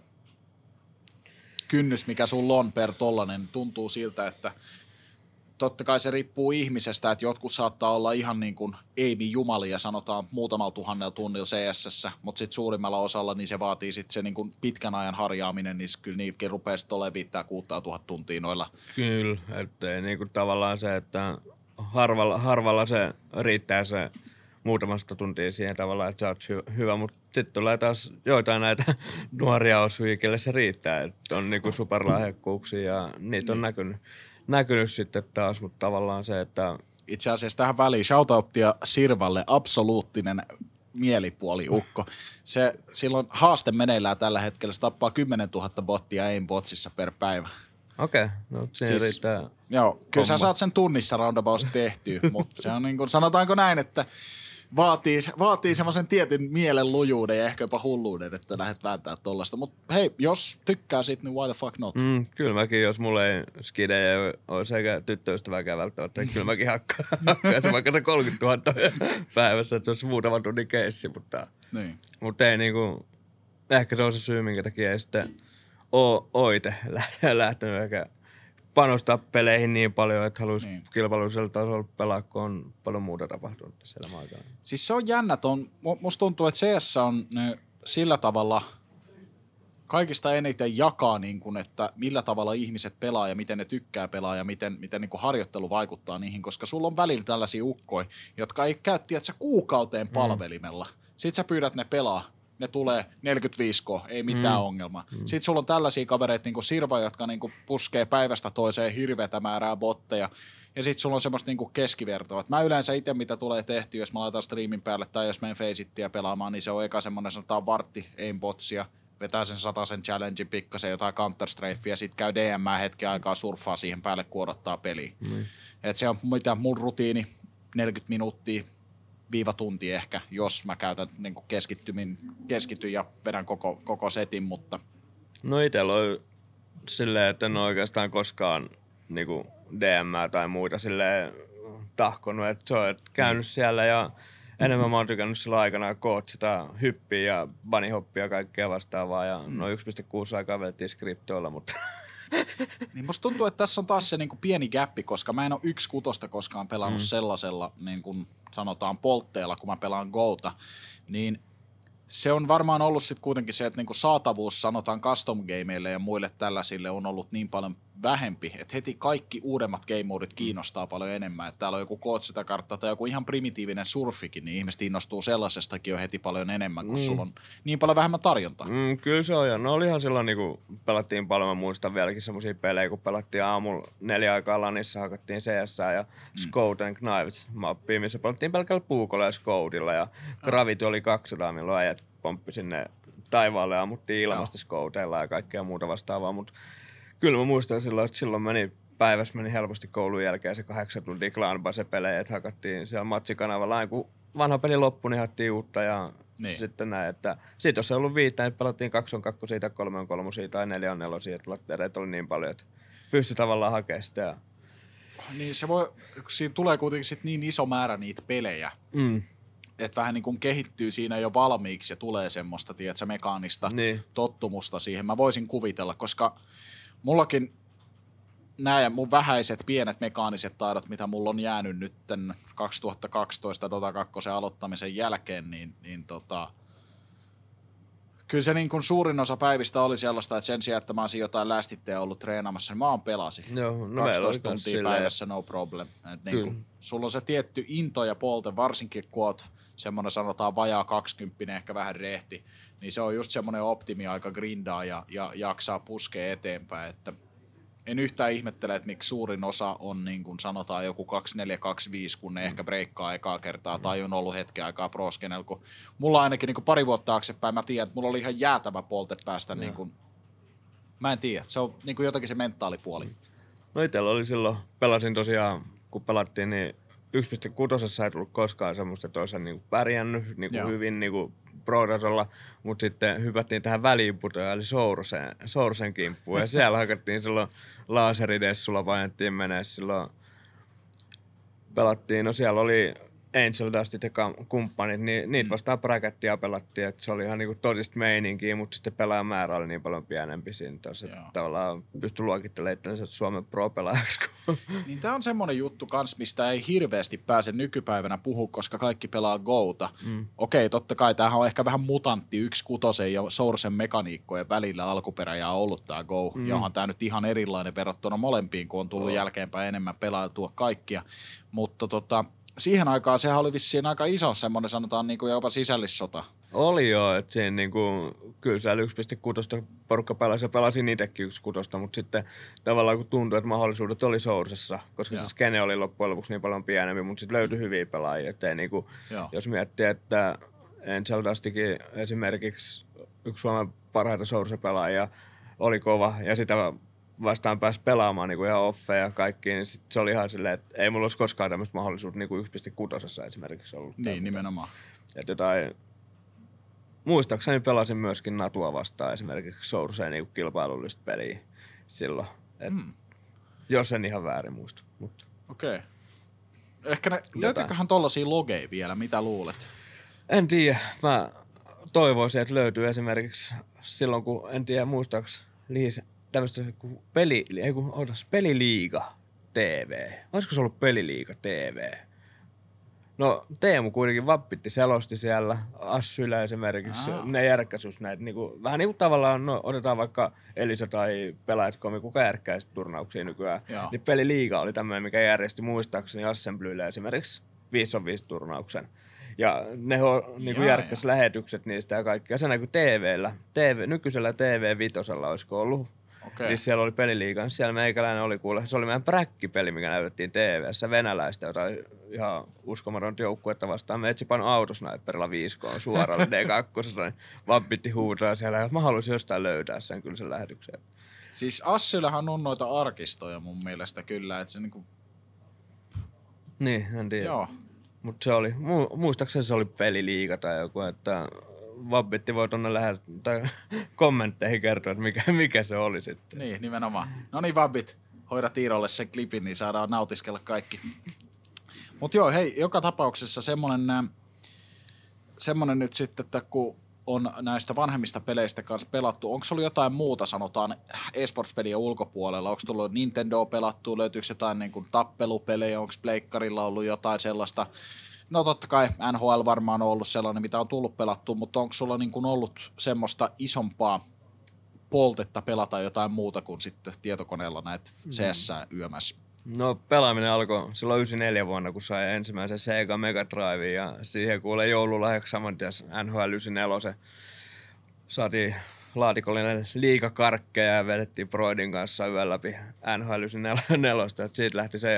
kynnys, mikä sulla on per tollanen, tuntuu siltä, että totta kai se riippuu ihmisestä, että jotkut saattaa olla ihan niin kuin Amy-jumalia, sanotaan muutamalla tuhannella tunnilla C S:ssä, mutta sitten suurimmalla osalla niin se vaatii sitten se niin kuin pitkän ajan harjaaminen, niin kyllä niitäkin rupeaa sitten olemaan viittää kuuttaa tuhat tuntia noilla. Kyllä, ettei niin kuin tavallaan se, että harvalla, harvalla se riittää se muutamasta tuntia siihen tavallaan, että sä oot hy- hyvä, mutta sitten tulee taas joitain näitä nuoria osvia, kelle se riittää, että on niin kuin superlahjakkuuksia ja niitä on niin. näkynyt. näkynyt sitten taas, mutta tavallaan se, että itse asiassa tähän väliin shoutouttia Sirvalle, absoluuttinen mielipuoliukko. Se, silloin haaste meneillään tällä hetkellä, se tappaa kymmenentuhatta bottia aimbotsissa per päivä. Okei, okay, no siinä siis, riittää. Joo, kyllä homma. Sä saat sen tunnissa roundabouts tehtyä, mutta se on niin kuin, sanotaanko näin, että vaatii, vaatii semmoisen tietyn mielen lujuuden ja ehkä jopa hulluuden, että lähdet vääntää tollaista. Mutta hei, jos tykkää siitä, niin why the fuck not? Mm, kyllä mäkin, jos mulla ei skidejä olisi eikä tyttöystäväkään välttämättä, niin kyllä mäkin hakkaan, hakkaan vaikka se kolmekymmentätuhatta päivässä, että se olisi muutaman tunnin keissi, mutta, niin. mutta ei niinku, ehkä se on se syy, minkä takia ei sitten ole itse lähtenyt eikä panostaa peleihin niin paljon, että haluaisi niin. kilpailullisella tasolla pelaa, kun on paljon muuta tapahtunut siellä aikana. Siis se on jännä. On, musta tuntuu, että C S on ne, sillä tavalla kaikista eniten jakaa, niin kuin, että millä tavalla ihmiset pelaa ja miten ne tykkää pelaa ja miten, miten niin kuin harjoittelu vaikuttaa niihin, koska sulla on välillä tällaisia ukkoja, jotka ei käy, tiedätkö, kuukauteen palvelimella. Mm. Sitten sä pyydät ne pelaa. Ne tulee neljäkymmentäviisi ko, ei mitään mm. ongelmaa. Mm. Sitten sulla on tällaisia kavereita niin kuin Sirva, jotka niin kuin puskee päivästä toiseen hirveätä määrää botteja. Ja sitten sulla on semmoista niin kuin keskivertoa. Et mä yleensä itse, mitä tulee tehtyä, jos mä laitan striimin päälle tai jos menen Faceittiä pelaamaan, niin se on eka semmoinen, sanotaan vartti aimbotsia, vetää sen sataisen challengein pikkasen, jotain Counter-Strafea, sitten käy D M hetken aikaa, surffaa siihen päälle, kun odottaa peliä. Mm. Et se on mitä mun rutiini, neljäkymmentä minuuttia, viiva tunti ehkä, jos mä käytän niin keskittymin, keskityn ja vedän koko, koko setin, mutta no itsellä on silleen, että en ole oikeastaan koskaan niin D M tai muita silleen tahkonut, että se on käynyt mm. siellä ja enemmän mä oon tykännyt silloin aikana kootsita hyppiä ja bunnyhoppia ja kaikkea vastaavaa ja mm. noin yksi pilkku kuusi aikaa vedettiin skriptoilla, mutta niin musta tuntuu, että tässä on taas se niin kuin pieni gäppi, koska mä en ole yksi kutosta koskaan pelannut mm. sellaisella, niin kuin sanotaan poltteella, kun mä pelaan Gota, niin se on varmaan ollut sitten kuitenkin se, että niin kuin saatavuus sanotaan custom gameille ja muille tällaisille on ollut niin paljon vähempi, että heti kaikki uudemmat game modit kiinnostaa paljon enemmän, että täällä on joku Kootsita-kartta tai joku ihan primitiivinen surfikin, niin ihmiset innostuu sellaisestakin jo heti paljon enemmän, kun mm. sulla on niin paljon vähemmän tarjontaa. Mm, kyllä se on, ja no olihan silloin, niin kun pelattiin paljon, mä muistan vieläkin semmosia pelejä, kun pelattiin aamulla neljä aikaa lanissa, hakattiin C S ja mm. Scode and Knives mappia, missä pelattiin pelkällä puukolla ja Scodilla, ja Gravity oli kaksisataa, milloin äijät pomppi sinne taivaalle ja ammuttiin ilmasta skouteilla ja kaikkea muuta vastaavaa, mutta kyllä mä muistan silloin, että silloin meni päivässä meni helposti koulun jälkeen se kahdeksan tuntia Clan Base-pelejä, että hakattiin siellä matsikanavalla. Aina kun vanha peli loppui, niin hakattiin uutta ja niin. Sitten näin, että sit jos ei ollut viittä, niin pelattiin kaksi on kakkosia tai kolme on kolmosia tai neljä on nelosia, että lattereita oli niin paljon, että pystyi tavallaan hakemaan sitä. Ja... Niin se voi, siinä tulee kuitenkin sit niin iso määrä niitä pelejä, mm. että vähän niin kuin kehittyy siinä jo valmiiksi ja tulee semmoista, tiedätkö, mekaanista niin. tottumusta siihen. Mä voisin kuvitella, koska mullakin nämä mun vähäiset pienet mekaaniset taidot, mitä mulla on jäänyt nyt kaksituhattakaksitoista Dota kaksi aloittamisen jälkeen, niin, niin tota, kyllä se niin kuin suurin osa päivistä oli sellaista, että sen sijaan, että mä olisin jotain lästittejä ollut treenaamassa, niin mä oon pelasin. Joo, no kaksitoista tuntia silleen. Päivässä, no problem. Et niin kuin, sulla on se tietty into ja polte, varsinkin kun oot semmoinen sanotaan vajaa kaksikymppinen, ehkä vähän rehti, niin se on just semmoinen optimi-aika grindaa ja, ja jaksaa puskea eteenpäin, että en yhtään ihmettele, että miksi suurin osa on niin kuin sanotaan joku kaksikymmentäneljä kaksikymmentäviisi, kun ne mm. ehkä breikkaa ekaa kertaa mm. tai on ollut hetken aikaa proskenella, kun mulla ainakin niin kuin pari vuotta taaksepäin mä tiedän, että mulla oli ihan jäätävä polte päästä, niin kuin, mä en tiedä, se on niin kuin jotakin se mentaalipuoli. No itsellä oli silloin, pelasin tosiaan, kun pelattiin, niin yksi pilkku kuusi ei tullut koskaan semmoista, että olisi niin kuin pärjännyt niin kuin hyvin niin kuin pro-tasolla, mutta sitten hypättiin tähän väliinputoja, eli Sourcen, Sourcen kimppuun, ja siellä hakattiin silloin laseridessulla, painettiin menee silloin, pelattiin, no siellä oli Angel Dustit ja kumppanit, niin niitä vastaan brackettia pelattiin, että se oli ihan niinku todista meininkiä, mutta sitten pelaajamäärä oli niin paljon pienempi siinä, että tavallaan pystyi luokittelemaan itsensä Suomen pro-pelaajaksi. Niin tää on semmonen juttu kans, mistä ei hirveästi pääse nykypäivänä puhua, koska kaikki pelaa Gouta. Mm. Okei, totta kai tämähän on ehkä vähän mutantti yksi kutosen ja Sourcen mekaniikkojen välillä alkuperä ja ollut tää Go, mm. johon tää nyt ihan erilainen verrattuna molempiin, kun on tullut oh. jälkeenpäin enemmän pelailtua kaikkia, mutta tota siihen aikaan sehän oli vissiin aika iso semmoinen, sanotaan niin kuin jopa sisällissota. Oli joo, että siinä niin kuin, kyllä siellä yksi pilkku kuusi porukka pelasi ja pelasin itsekin yksi pilkku kuusi, mutta sitten tavallaan kun tuntui, että mahdollisuudet oli Sourcessa, koska joo. se skene oli loppujen lopuksi niin paljon pienempi, mutta sitten löytyi hyviä pelaajia. Että niin kuin, jos miettii, että Angel Dustikin esimerkiksi yksi Suomen parhaita Source-pelaajia oli kova ja sitä vastaan pääsi pelaamaan niin ihan offeja ja kaikki, niin sit se oli ihan silleen, että ei mulla olisi koskaan tämmöistä mahdollisuutta niin kuin yksi pilkku kuusi esimerkiksi ollut. Niin, tämän, nimenomaan. Että jotain, muistaakseni pelasin myöskin Natua vastaan esimerkiksi Sourceen niin kilpailullista peliä silloin. Et, mm. Jos en ihan väärin muista. Mutta. Okei. Okay. Ehkä ne, löytyyköhän tollaisia logeja vielä, mitä luulet? En tiedä. Mä toivoisin, että löytyy esimerkiksi silloin, kun en tiedä muistaakseni Liisa tämmöistä kuin peli, ei kun, otas, Peliliiga T V. Olisiko se ollut Peliliiga T V? No Teemu kuitenkin vappitti selosti siellä, Assylä esimerkiksi, Aa. ne järkkäisyys näitä, niinku, vähän niin kuin tavallaan, no otetaan vaikka Elisa tai Pelaajat.com, kuka järkkää sitten turnauksia nykyään, Joo. niin Peliliiga oli tämmöinen, mikä järjesti muistaakseni Assemblylle esimerkiksi viisi on viisi turnauksen. Ja ne niinku järkkäsi lähetykset niistä ja kaikki. Ja se näkyi T V:llä, T V, nykyisellä T V vitosella olisiko ollut. Okay. Niin siellä oli Peliliiga, niin siellä meikäläinen oli kuule, se oli meidän präkkipeli, mikä näytettiin T V:ssä, venäläistä, jotain ihan uskomatonta joukkuetta vastaan. Me etsi paino autosniperilla viiskoon suoraan D kaksi, niin vappitti huutaa siellä, ja mä haluaisin jostain löytää sen kyllä sen lähetyksen. Siis Assylähän on noita arkistoja mun mielestä kyllä, että se niinku. Niin, en tiedä. Joo. Mut se oli, mu- muistaakseni se oli Peliliiga tai joku, että Vabbitti voi tuonne lähes tai kommentteihin kertoa, että mikä, mikä se oli sitten. Niin, nimenomaan. No niin, Vabbit, hoida Tiirolle sen klipin, niin saadaan nautiskella kaikki. Mut joo, hei, joka tapauksessa semmonen, semmonen nyt sitten, että kun on näistä vanhemmista peleistä kanssa pelattu, onko ollut jotain muuta, sanotaan, eSports-pelien ulkopuolella? Onko tullut Nintendo pelattu, löytyykö jotain niin kuin tappelupelejä, onko Pleikkarilla ollut jotain sellaista? No totta kai N H L varmaan on ollut sellainen, mitä on tullut pelattua, mutta onko sulla niin kuin ollut semmoista isompaa poltetta pelata jotain muuta kuin sitten tietokoneella näitä C S yömässä? No pelaaminen alkoi silloin yhdeksänkymmentäneljä vuonna, kun sai ensimmäisen Sega Mega Driven ja siihen kuulee joululahjaksi saman tien N H L yhdeksänkymmentäneljä. Saatiin laatikollinen liigakarkkeja ja vedettiin Broidin kanssa yön läpi N H L yhdeksänkymmentäneljä. Siitä lähti se ja sitten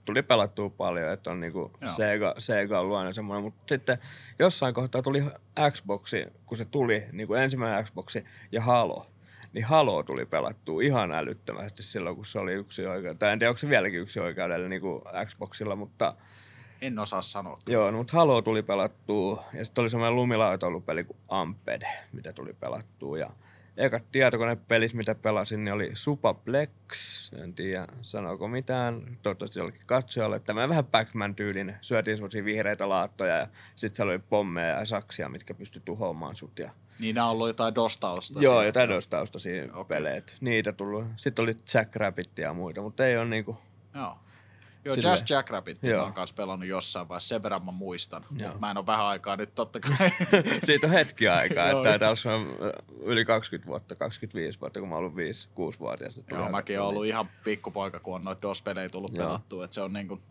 tuli pelattua paljon, että on niinku Sega, Sega on luonut semmoinen, mutta sitten jossain kohtaa tuli Xboxi, kun se tuli, niinku ensimmäinen Xboxi ja Halo. Niin Halo tuli pelattua ihan älyttömästi silloin, kun se oli yksi oikeudella. Tai en tiedä, onko se vieläkin yksi oikeudella niin kuin Xboxilla, mutta... En osaa sanoa. Joo, no, mutta Halo tuli pelattua. Ja sitten oli semmoinen lumilautailupeli kuin Amped, mitä tuli pelattua. Ja eka tietokonepelis, mitä pelasin, niin oli Supaplex. En tiedä, sanooko mitään. Toivottavasti jollekin katsojalle. Tämä vähän Pac-Man tyylinen. Syötiin semmoisia vihreitä laattoja ja sitten siellä oli pommeja ja saksia, mitkä pystyi tuhoamaan sut. Ja... Niin nämä on ollut jotain DOS-taustaisia. Joo, jotain DOS-taustaisia okay. peleitä. Niitä tullut. Sitten oli Jack Rabbitia ja muita, mutta ei ole niinku... Joo. Joo, Silleen. Just Jack Rabbitia mä oon kanssa pelannut jossain vaiheessa, sen verran mä muistan. Mä en ole vähän aikaa nyt totta kai. Siitä on hetki aikaa, että tää on yli kaksikymmentä vuotta, kaksikymmentäviisi vuotta, kun mä oon ollut viisi kuusi vuotias. Joo, mäkin oon ollut ihan pikkupoika, kun on noita DOS-pelejä tullut Joo. pelattua, että se on niinku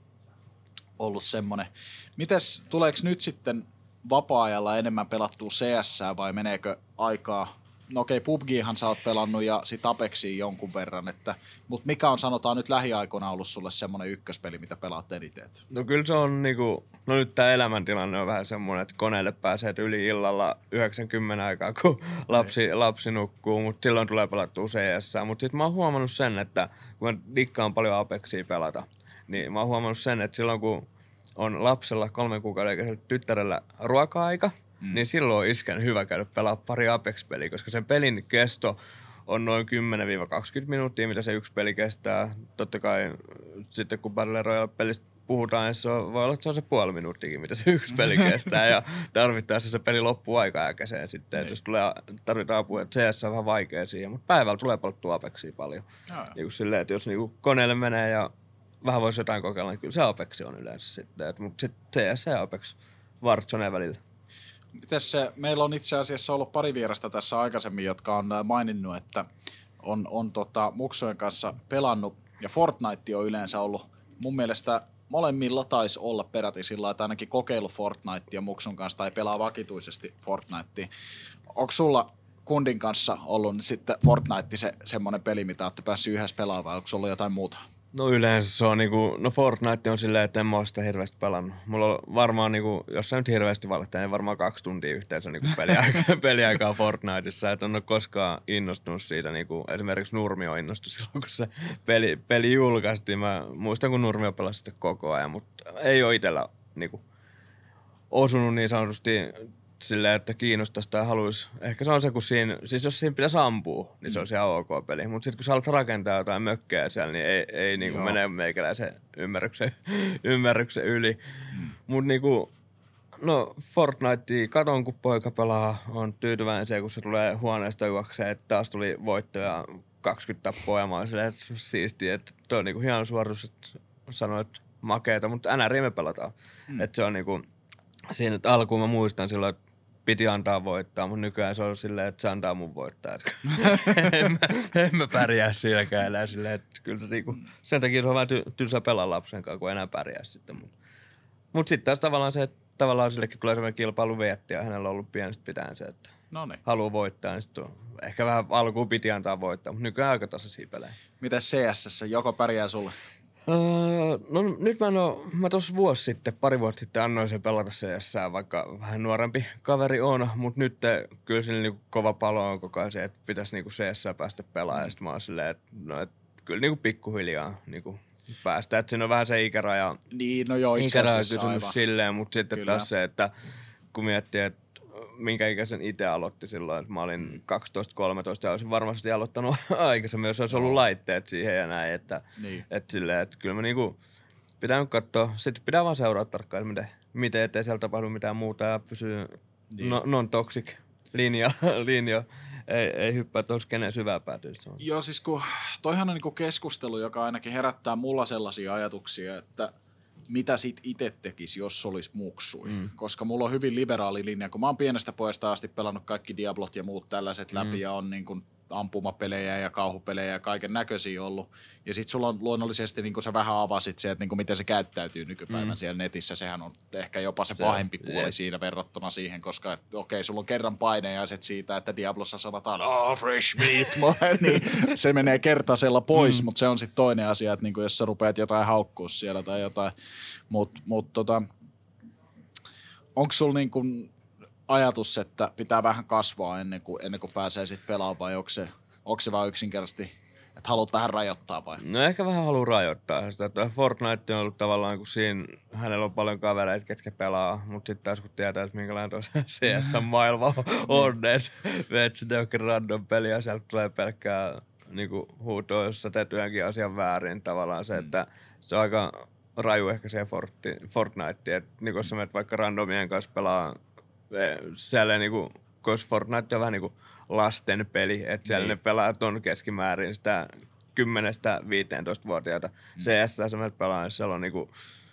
ollut semmonen. Mites, tuleeko nyt sitten vapaa-ajalla enemmän pelattua C S:ää vai meneekö aikaa? No okei, okay, P U B G:han sä oot pelannut ja sit Apexia jonkun verran, että, mutta mikä on sanotaan nyt lähiaikoina ollut sulle semmonen ykköspeli, mitä pelaat eniten? No kyllä se on niinku, no nyt tää elämäntilanne on vähän semmonen, että koneelle pääsee yli illalla yhdeksänkymmentä aikaa, kun lapsi, lapsi nukkuu, mutta silloin tulee pelattua C S:ää. Mutta sit mä oon huomannut sen, että kun mä dikkaan paljon Apexia pelata, niin mä oon huomannut sen, että silloin kun on lapsella kolmen kuukauden ikäisellä tyttärellä ruoka-aika, Mm. niin silloin on iskän hyvä käydä pelaa pari Apex-peliä, koska sen pelin kesto on noin kymmenen kaksikymmentä minuuttia, mitä se yksi peli kestää. Totta kai sitten kun Battle Royale-pelistä puhutaan, niin se on, voi olla, että se on se puoli minuuttiakin, mitä se yksi peli kestää. Ja tarvittaessa se peli loppuu aika äkäiseen sitten, että jos tulee, tarvitaan apua, että C S on vähän vaikea siihen, mutta päivällä tulee pelattua Apexia paljon. Niin silleen, että jos niinku koneelle menee ja vähän voisi jotain kokeilla, niin kyllä se Apex on yleensä sitten. Mutta sitten C S ja Apex Warzoneen välillä. Mites se, meillä on itse asiassa ollut pari vierasta tässä aikaisemmin, jotka on maininnut, että on, on tota, muksujen kanssa pelannut, ja Fortnite on yleensä ollut, mun mielestä molemmilla taisi olla peräti sillä, että ainakin kokeilu Fortnitea muksun kanssa tai pelaa vakituisesti Fortnitea. Onko sulla kundin kanssa ollut sitten Fortnite se semmoinen peli, mitä olette päässyt yhdessä pelaamaan, vai onko sulla jotain muuta? No yleensä se on niinku, no Fortnite on silleen, että en mä oo sitä hirveästi pelannut. Mulla on varmaan niinku, jos sä nyt hirveästi valittaa, niin varmaan kaksi tuntia yhteensä niinku peliaikaa, peliaikaa Fortniteissa. Et en oo koskaan innostunut siitä, niinku esimerkiksi Nurmio innostui silloin, kun se peli, peli julkaistiin. Mä muistan, kun Nurmio pelasi sitä koko ajan, mutta ei oo itellä niinku osunut niin sanotusti silleen, että kiinnostaisi tai haluaisi. Ehkä se on se, kun siinä, siis jos siinä pitäisi ampua, niin se on ihan ok peli. Mutta sitten kun sä haluat rakentaa jotain mökkejä siellä, niin ei, ei niinku mene meikäläisen ymmärryksen, ymmärryksen yli. Mm. Mutta niinku, no Fortnite katon, kun poika pelaa, on tyytyväinen se, kun se tulee huoneesta juokseen, että taas tuli voitto ja kaksikymmentä tappoa ja mä oon silleen, että siistiä, että toi on niinku hieno suoritus, että sanoit makeeta, mutta N R I me pelataan. Mm. Että se on niinku, siinä että alkuun mä muistan silloin, että piti antaa voittaa, mutta nykyään se on silleen, että se antaa mun voittaa. en, mä, en mä pärjää siinäkään enää silleen, että kyllä se niinku, sen takia se on vähän ty, tylsä pelaa lapsen kanssa, kun enää pärjää sitten. Mutta mut sitten taas tavallaan se, että tavallaan sillekin tulee sellainen kilpailu vietti ja hänellä on ollut pienestä pitäen se, että Noniin. haluaa voittaa, niin sitten ehkä vähän alkuun piti antaa voittaa, mutta nykyään aika tasaisia pelejä. Mites C S? Joko pärjää sulle? Öö, no nyt mä en oo, mä tossa vuosi sitten, pari vuotta sitten annoin sen pelata C S:ää, vaikka vähän nuorempi kaveri on, mutta nyt kyllä sillä niinku kova palo on koko ajan se, että pitäisi niinku C S:ää päästä pelaamaan, ja sit mä oon silleen, että no, et kyllä niinku pikkuhiljaa niinku päästä, että siinä on vähän se ikäraja, niin, no joo, itse asiassa kysymys silleen, mutta sitten kyllä. Taas se, että kun miettii, että minkä ikäisen itse aloitti silloin, että mä olin kaksitoista kolmetoista ja olisin varmasti aloittanut aikaisemmin, jos olisi ollut laitteet siihen ja näin, että niin. et silleen, että kyllä mä niinku pitää nyt katsoa, sitten pitää vaan seurata tarkkaan, miten, miten ettei siellä tapahdu mitään muuta ja pysyy niin. no, non-toxic linja, linja. Ei, ei hyppää tuossa kenen syvää päätyä. Joo, siis kun toihan on niinku keskustelu, joka ainakin herättää mulla sellaisia ajatuksia, että mitä sit itse tekisi, jos olisi muksui. Mm. Koska mulla on hyvin liberaali linja, kun mä oon pienestä pojasta asti pelannut kaikki Diablot ja muut tällaiset läpi mm. ja on niin kun ampumapelejä ja kauhupelejä ja kaiken näköisiä ollut. Ja sit sulla on luonnollisesti, niin kuin sä vähän avasit se, että niin kuin miten se käyttäytyy nykypäivän mm. siellä netissä. Sehän on ehkä jopa se, se pahempi on, puoli yeah. siinä verrattuna siihen, koska et, okei, sulla on kerran painajaiset siitä, että Diablossa sanotaan, oh, fresh meat, niin se menee kertaisella pois, mm. mutta se on sitten toinen asia, että niin kuin jos sä rupeat jotain haukkua siellä tai jotain. Mutta mut, tota, onko sulla niin kuin ajatus, että pitää vähän kasvaa ennen kuin, ennen kuin pääsee sitten pelaamaan, vai onko se, onko se vaan yksinkertaisesti, että haluat vähän rajoittaa vai? No ehkä vähän haluaa rajoittaa sitä. Fortnite on ollut tavallaan, kun siinä hänellä on paljon kavereita, ketkä pelaa, mutta sitten taas kun tietää, että minkälainen tuossa C S-maailma on, että se onkin random peli ja sieltä tulee pelkkää niinku huutoa, jos sä teet yhdenkin asian väärin. Tavallaan se, että se on aika raju ehkä se Fortnite, että niin kun sä menet vaikka randomien kanssa pelaa siellä niinku, koska Fortnite on vähän niinku lasten peli, että siellä niin. Ne pelaajat on keskimäärin sitä kymmenestä viiteentoista-vuotiaita. Mm. C S sä pelaa, siellä on niinku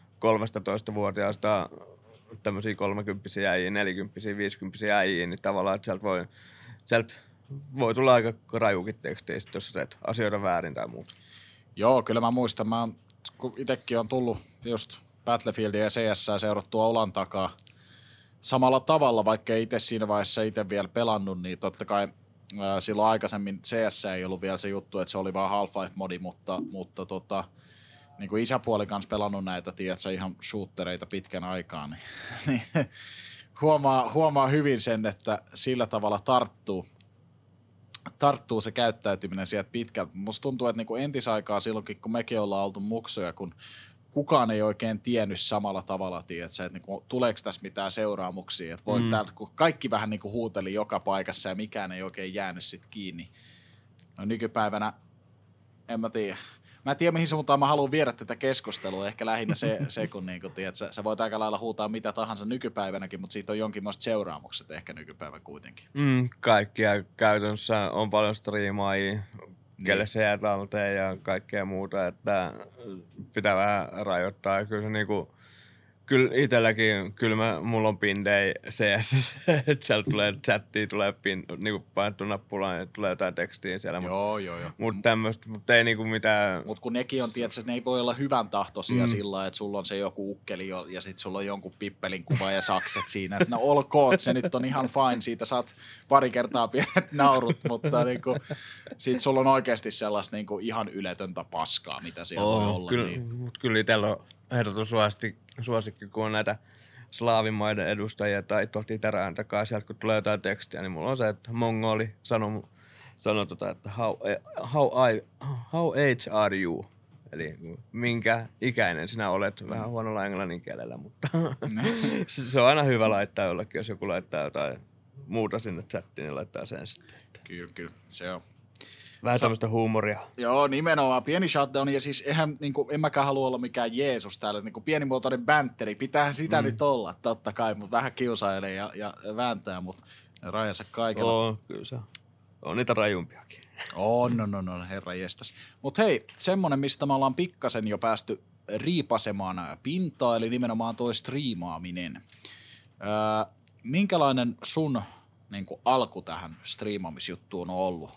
kolmetoista-vuotiaista tämmöisiä kolmekymppisiä äijiä, nelikymppisiä, viisikymppisiä äijiä, niin tavallaan, että sieltä voi, sieltä voi tulla aika rajukin tekstiä, jos sä teet asioita väärin tai muuta. Joo, kyllä mä muistan. Mä kun itsekin on tullut just Battlefieldia ja C S seurattua olan takaa samalla tavalla, vaikka ei itse siinä vaiheessa itse vielä pelannut, niin totta kai ää, silloin aikaisemmin C S ei ollut vielä se juttu, että se oli vaan Half-Life-modi, mutta, mutta tota, niin kuin isäpuoli kanssa pelannut näitä, tiedätkö, ihan shootereita pitkän aikaa, niin, niin huomaa, huomaa hyvin sen, että sillä tavalla tarttuu, tarttuu se käyttäytyminen sieltä pitkältä. Musta tuntuu, että niin kuin entisaikaa silloinkin, kun mekin ollaan oltu muksoja, kun kukaan ei oikein tiennyt samalla tavalla, tiedätkö, että niinku, tuleeko tässä mitään seuraamuksia. Että voi mm. täältä, kun kaikki vähän niinku huuteli joka paikassa ja mikään ei oikein jäänyt sit kiinni. No nykypäivänä, en mä tiedä. Mä en tiedä, mihin suuntaan mä haluan viedä tätä keskustelua. Ehkä lähinnä se, se kun niinku, tiedätkö, sä voit aika lailla huutaa mitä tahansa nykypäivänäkin, mutta siitä on jonkinlaiset seuraamukset ehkä nykypäivän kuitenkin. Mm, kaikkia käytännössä on paljon striimaajia. Kelle se jää talteen ja kaikkea muuta, että pitää vähän rajoittaa. Ja kyllä se niinku, kyllä itselläkin, kyllä mä, mulla on pindei C S, että sieltä tulee chattia, tulee pin, niinku painettu nappulaan ja tulee jotain tekstiä siellä. Joo, mut, joo, joo. Mutta tämmöistä, mutta ei niinku mitään. Mutta kun nekin on, tiedätkö, ne ei voi olla hyvän tahtoisia mm. sillä, että sulla on se joku ukkeli jo, ja sit sulla on jonkun pippelin kuva ja sakset siinä. Sinä olkoot, se nyt on ihan fine, siitä saat pari kertaa pienet naurut, mutta niinku, sit sulla on oikeasti sellaista niinku ihan yletöntä paskaa, mitä siellä oh, voi olla. Kyllä, niin. Mutta kyllä itsellä on ehdoton suosikki, suosikki, kun on näitä slaavimaiden edustajia tai tuolta itärään takaa, sieltä kun tulee jotain tekstiä, niin mulla on se, että mongoli sanoo, sanoo tota, että how, how, I, how age are you? Eli minkä ikäinen sinä olet, vähän huonolla englannin kielellä, mutta se on aina hyvä laittaa jollekin, jos joku laittaa jotain muuta sinne chattiin, niin laittaa sen sitten. Kyllä, kyllä, se on. Vähän tämmöistä huumoria. Joo, nimenomaan. Pieni shutdown, ja siis eihän, niin kuin, en mäkään halua olla mikään Jeesus täällä, niin kuin pienimuotoinen bäntteri, pitäähän sitä mm. nyt olla, totta kai, mutta vähän kiusailee ja, ja vääntää, mutta rajansa kaikella. Oo, kyllä se on niitä rajumpiakin. On, no, no, no, herra jestas. Mutta hei, semmonen, mistä me ollaan pikkasen jo päästy riipasemaan pintaa, eli nimenomaan toi striimaaminen. Öö, minkälainen sun niin kuin alku tähän striimaamisjuttuun on ollut?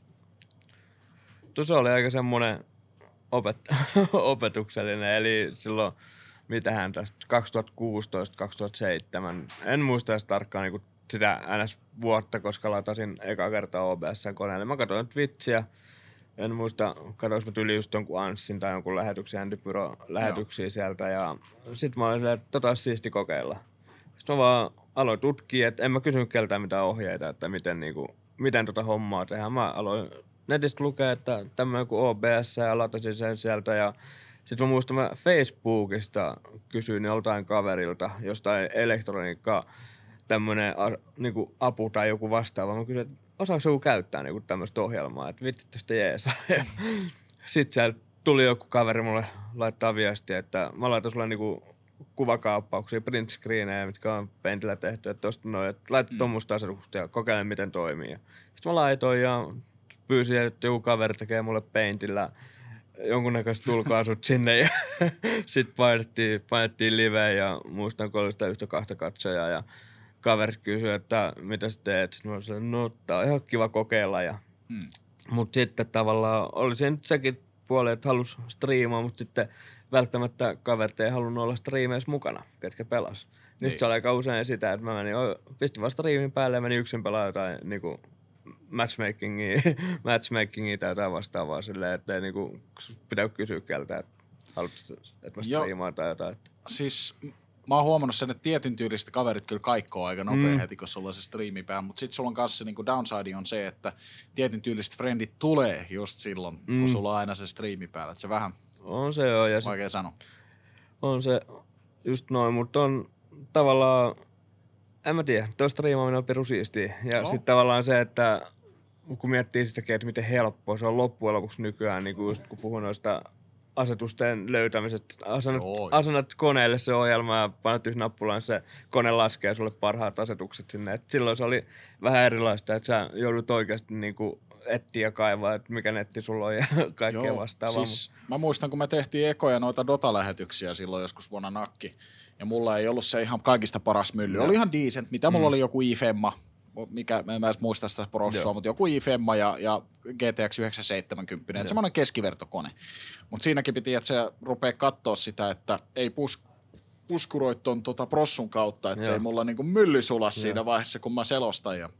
Se oli aika semmoinen opet- opetuksellinen, eli silloin, mitähän tästä, kaksituhattakuusitoista kaksituhattaseitsemän, en muista edes tarkkaan niin sitä ns. Vuotta, koska latasin eka kertaa O B S-koneelle. Mä katsoin Twitchiä, en muista, katsoin mä tyyli just jonkun Anssin tai jonkun lähetyksen, Andy Pyro lähetyksiä sieltä, ja sit mä olin silleen, että tota olisi siisti kokeilla. Sitten mä vaan aloin tutkia, että en mä kysynyt keltään mitään ohjeita, että miten, niinku, miten tota hommaa tehdään. Mä aloin netistä lukea, että tämmöinen kuin O B S ja latasin sen sieltä ja sitten mä muistan, mä Facebookista kysyin joltain kaverilta jostain elektroniikkaa tämmönen niinku apu tai joku vastaava. Mä kysyin, että osaako joku käyttää niinku tämmöistä ohjelmaa, että vitsi tästä jeesaa. Sitten siellä tuli joku kaveri mulle laittaa viestiä, että mä laitan sulle niinku kuvakaappauksia, print screenejä, mitkä on Paintillä tehty, että tosta noin, että laita mm. tuommoista asetusta ja kokeile miten toimii. Sitten mä laitoin ja pyysin, että joku kaveri tekee mulle Paintillä jonkunnäköiset tulkaasut sinne ja sit painettiin, painettiin live ja muistan, kun oli sitä yhtä kahta katsojaa ja kaverit kysyi, että mitä sä teet. Sitten mä sanoin, no tää on ihan kiva kokeilla ja Hmm. Mutta sitten tavallaan oli se nyt sekin puoli, että halusi striimaa, mutta sitten välttämättä kaverit ei halunnut olla striimeissä mukana, ketkä pelas. Niin, niin. Sitten se oli aika usein sitä, että mä menin, pistin vaan striimin päälle ja menin yksin pelaa jotain niinku matchmakingia, matchmakingia tai jotain vastaavaa silleen, että ei niinku pitää kysyä keltä, että haluatko, että mä striimaan tai jotain. Siis mä oon huomannut sen, että tietyn tyylistä kaverit kyllä kaikkoo aika nopea mm. heti, kun sulla on se striimi päällä, mutta sit sulla on kanssa se niinku downside on se, että tietyn tyyliset friendit tulee just silloin, mm. kun sulla on aina se striimi päällä, että se vähän on se joo, ja vaikea sanoa. On se just noin, mutta on tavallaan, en mä tiedä, tuo striimaaminen on perusiistiä. Ja oh. sitten tavallaan se, että kun miettii sitäkin, että miten helppoa se on loppujen lopuksi nykyään, niin kuin just kun puhun noista asetusten löytämisestä. Asennat, asennat koneelle se ohjelma ja painat yhden nappulaan, se kone laskee sulle parhaat asetukset sinne. Et silloin se oli vähän erilaista, että sä joudut oikeasti niinku etsiä ja kaivaa, että mikä netti sulla on ja kaikkea Joo, vastaavaa. Siis mä muistan, kun me tehtiin ekoja noita Dota-lähetyksiä silloin joskus vuonna nakki, ja mulla ei ollut se ihan kaikista paras mylly. No. Oli ihan decent, mitä mulla mm. oli joku iFemma, mikä, mä en edes muista sitä prossua, mutta joku iFemma ja, ja G T X yhdeksänsataaseitsemänkymmentä, että semmoinen keskivertokone. Mutta siinäkin piti, että se rupeaa katsoa sitä, että ei pus, puskuroit ton tota prossun kautta, että ei mulla niinku mylly sula siinä vaiheessa, kun mä selostan ja,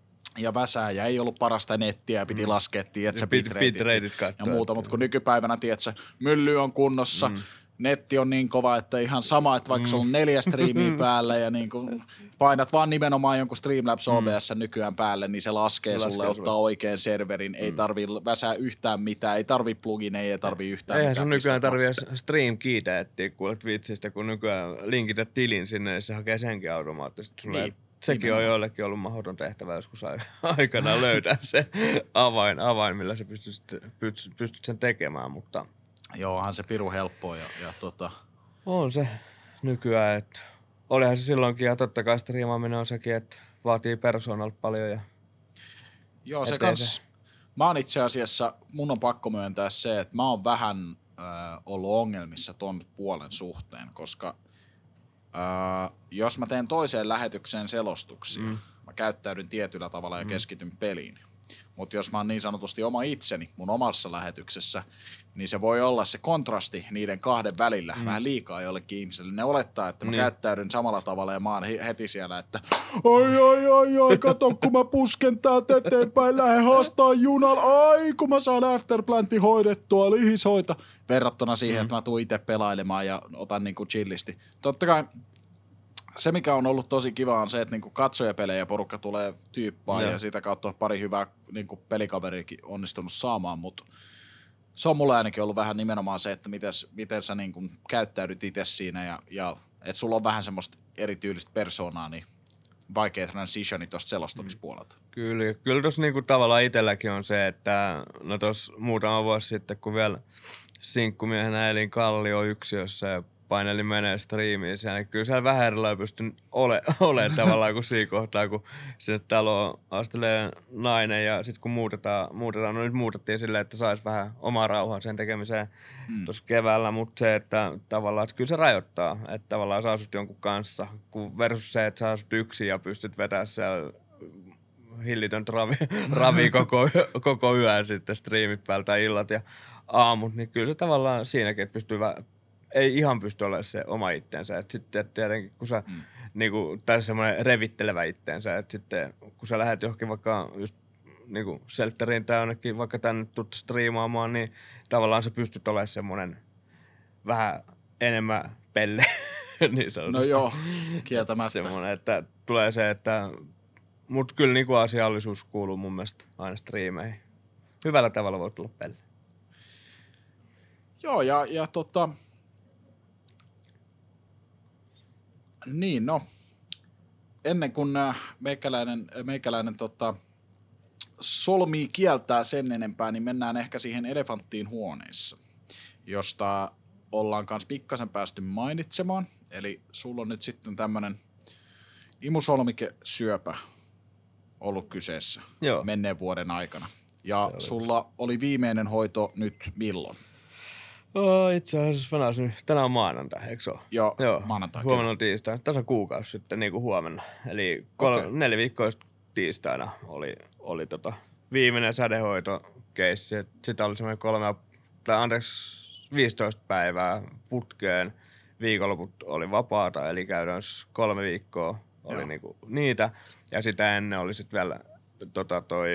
ja väsää, ja ei ollut parasta nettiä, piti mm. laskea, tiedätkö, bitrate ja muuta, mutta kun nykypäivänä, tiedätkö, mylly on kunnossa, mm. netti on niin kova, että ihan sama, että vaikka mm. sulla on neljä striimiä päällä ja niin kun painat vaan nimenomaan jonkun Streamlabs O B S mm. nykyään päälle, niin se laskee, laskee sulle, ottaa oikean serverin, mm. ei tarvii väsää yhtään mitään, ei tarvii plugineja, ei tarvii yhtään Eihän mitään. Eihän sun nykyään tarvii stream keytä etsiä, kuulet vitsistä, kun nykyään linkität tilin sinne, niin se hakee senkin automaattisesti sulle. Niin. Sekin nimenomaan. On joillekin ollut mahdoton tehtävä joskus aikana löytää se avain, avain, millä sä pystyt, pystyt sen tekemään, mutta joo, onhan se piru helppoa ja, ja tota on se nykyään, että olihan se silloinkin ja totta kai striimaaminen on sekin, että vaatii persoonalta paljon ja joo, se kans, se. Mä oon itse asiassa, mun on pakko myöntää se, että mä oon vähän äh, ollut ongelmissa ton puolen suhteen, koska äh, jos mä teen toiseen lähetykseen selostuksia, mm. mä käyttäydyn tietyllä tavalla ja mm. keskityn peliin. Mutta jos mä oon niin sanotusti oma itseni mun omassa lähetyksessä, niin se voi olla se kontrasti niiden kahden välillä mm. vähän liikaa jollekin ihmiselle. Ne olettaa, että mä niin. käyttäydyn samalla tavalla ja mä oon heti siellä, että ai ai ai ai, kato kun mä pusken täältä eteenpäin, lähden haastaa junalla, ai kun mä saan afterplantin hoidettua, lihishoita. Verrattuna siihen, mm. että mä tuun itse pelailemaan ja otan niinku chillisti. Totta kai se, mikä on ollut tosi kiva, on se, että niinku katsojapelejä porukka tulee tyyppaan ja. ja sitä kautta pari hyvää niinku pelikaveriakin onnistunut saamaan, mutta se on mulle ainakin ollut vähän nimenomaan se, että miten, miten sä niinku käyttäydyt itse siinä ja, ja että sulla on vähän semmoista erityylistä persoonaa, niin vaikea transitioni tuosta selostamispuolelta. Kyllä, kyllä tuossa niinku tavallaan itselläkin on se, että no tuossa muutama vuosi sitten, kun vielä sinkkumiehenä elin Kallio yksiössä ja painelin menee striimiin siellä, niin kyllä siellä vähän erilainen pystyn ole, olemaan tavallaan kuin siinä kohtaa, kun sinne taloon astelee nainen ja sitten kun muutetaan, muutetaan, no nyt muutettiin silleen, että saisi vähän omaa rauhaa sen tekemiseen hmm. tuossa keväällä, mutta se, että tavallaan, että kyllä se rajoittaa, että tavallaan sä asut jonkun kanssa, kun versus se, että sä asut yksin ja pystyt vetämään siellä hillitön ravi, ravi koko, koko yön sitten striimit päältä tai illat ja aamut, niin kyllä se tavallaan siinäkin, että pystyy vähän ei ihan pysty olemaan se oma itsensä. Et sitten tietenkin, kun sä, mm. niinku, tai semmoinen revittelevä itsensä, että sitten kun sä lähdet johonkin vaikka just niinku seltteriin tai jonnekin vaikka tänne tuut striimaamaan, niin tavallaan sä pystyt olemaan semmoinen vähän enemmän pelle. niin no joo, kieltämättä. Semmoinen, että tulee se, että mut kyllä niinku asiallisuus kuuluu mun mielestä aina striimeihin. Hyvällä tavalla voi tulla pelle. Joo, ja, ja tota niin, no, ennen kuin meikäläinen, meikäläinen tota, solmii kieltää sen enempää, niin mennään ehkä siihen elefanttiin huoneessa, josta ollaan kanssa pikkasen päästy mainitsemaan. Eli sulla on nyt sitten tämmönen imusolmikesyöpä ollut kyseessä Joo. menneen vuoden aikana. Ja sulla oli viimeinen hoito nyt milloin? Oh, itse asiassa mä näin, tänään on maanantai, eikö se ole? Joo, Joo. maanantai. Huomenna on tiistai. Tasan kuukausi sitten niin kuin huomenna. Eli kol- okay. neljä viikkoa tiistaina oli, oli tota viimeinen sädehoitokeissi. Sitä oli semmoinen kolme, tai anteeksi, viisitoista päivää putkeen. Viikonloput oli vapaata, eli käytännössä kolme viikkoa oli niinku niitä. Ja sitä ennen oli sitten vielä tota toi...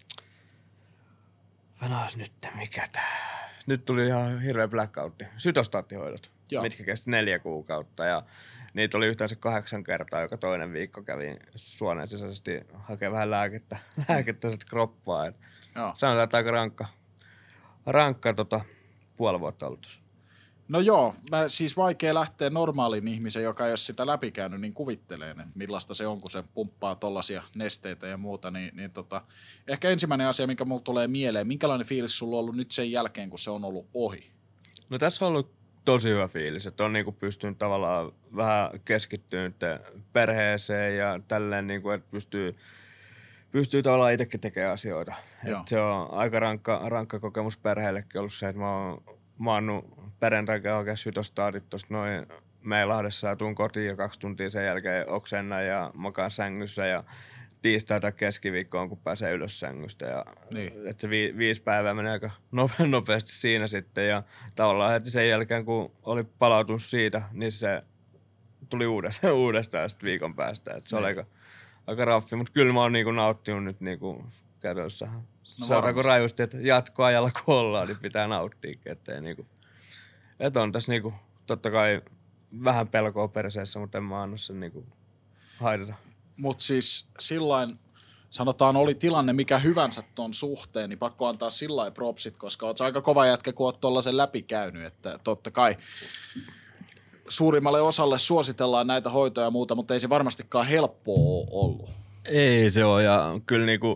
Venas nyt, mikä tää? Nyt tuli ihan hirveä blackoutti. Sytostaattihoidot, Joo. mitkä kesti neljä kuukautta. Ja niitä oli yhteensä kahdeksan kertaa, joka toinen viikko kävi suoneen sisäisesti hakee vähän lääkettä, lääkettä sit kroppaan. Sanotaan, että aika rankka, rankka tota, puoli vuotta ollut. No joo, mä siis vaikea lähteä normaalin ihmisen, joka ei ole sitä läpikäynyt, niin kuvitteleen, että millaista se on, kun se pumppaa tollaisia nesteitä ja muuta. Niin, niin tota, ehkä ensimmäinen asia, mikä mulle tulee mieleen, minkälainen fiilis sulla on ollut nyt sen jälkeen, kun se on ollut ohi? No tässä on ollut tosi hyvä fiilis, että on niinku pystynyt tavallaan vähän keskittynyt perheeseen ja tälleen, niinku, että pystyy, pystyy tavallaan itsekin tekemään asioita. Et se on aika rankka, rankka kokemus perheellekin ollut se, että mä oon maannut perjantaina oikein sytostaatit tuossa noin Meilahdessa ja tuun kotiin ja kaksi tuntia sen jälkeen oksennan ja makaan sängyssä ja tiistaita keskiviikkoon, kun pääsee ylös sängystä. Ja niin. Että se vi, viisi päivää menee aika nope, nopeasti siinä sitten ja tavallaan heti sen jälkeen, kun oli palautunut siitä, niin se tuli uudestaan, uudestaan sitten viikon päästä. Että se niin. oli aika, aika raffi, mutta kyllä mä oon niinku nauttinut nyt niinku käytössä. No sanotaanko rajusti, että jatkoajalla kun ollaan, niin pitää nauttia, ettei niinku, että on tässä niinku, totta kai vähän pelkoa perseessä, mutta en mä anna sen niinku haitata. Mut siis sillain, sanotaan oli tilanne mikä hyvänsä ton suhteen, niin pakko antaa sillain propsit, koska oot aika kova jätkä, kun oot tollasen läpikäynyt, että totta kai suurimmalle osalle suositellaan näitä hoitoja ja muuta, mutta ei se varmastikaan helppoa ole ollut. Ei se ole, ja kyllä niinku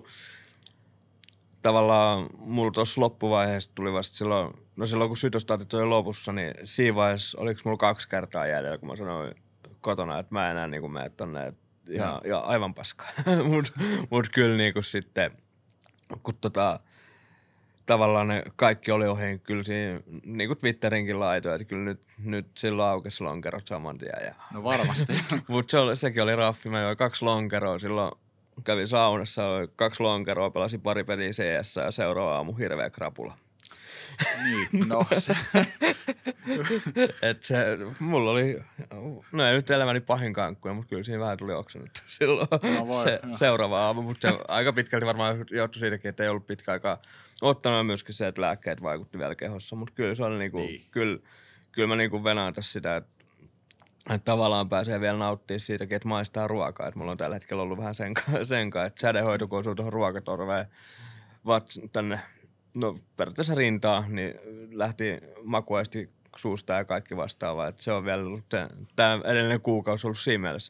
tavallaan mulla tuossa loppuvaiheessa tuli vasta silloin, no silloin kun sytostaatit oli lopussa, niin siinä vaiheessa oliko mulla kaksi kertaa jäljellä, kun mä sanoin kotona, että mä enää niinku mene tonne, että ihan, ja aivan paskaa. Mut, mut kyllä niinku sitten, kun tota, tavallaan ne kaikki oli ohi, niin kyllä siinä niinku Twitterinkin laitoin, että kyllä nyt, nyt silloin aukesi lonkerot saman tien. Ja no varmasti. Mut se oli, sekin oli raffi, mä join kaksi lonkeroa silloin. Kävin saunassa, oli kaksi lonkeroa, pelasin pari peliä C S ja seuraava aamu hirveä krapula. Niin, no se. Et se, mulla oli, no ei nyt elämäni pahin kankkuja, mutta kyllä siinä vähän tuli oksennettu silloin no voi, se, seuraava aamu. Mutta se aika pitkälti varmaan johtui siitäkin, että ei ollut pitkä aikaa ottanut myöskin se, että lääkkeet vaikutti vielä kehossa. Mutta kyllä se oli niinku, niin. kyllä, kyllä mä niinku venaan tässä sitä, että että tavallaan pääsee vielä nauttimaan siitäkin, että maistaa ruokaa. Että mulla on tällä hetkellä ollut vähän senkaan, senka, että sädehoito, kun osuu tuohon ruokatorveen tänne, no periaatteessa rintaa, niin lähti makuaisti suusta ja kaikki vastaavaa. Että se on vielä ollut, tämä edellinen kuukausi ollut siinä mielessä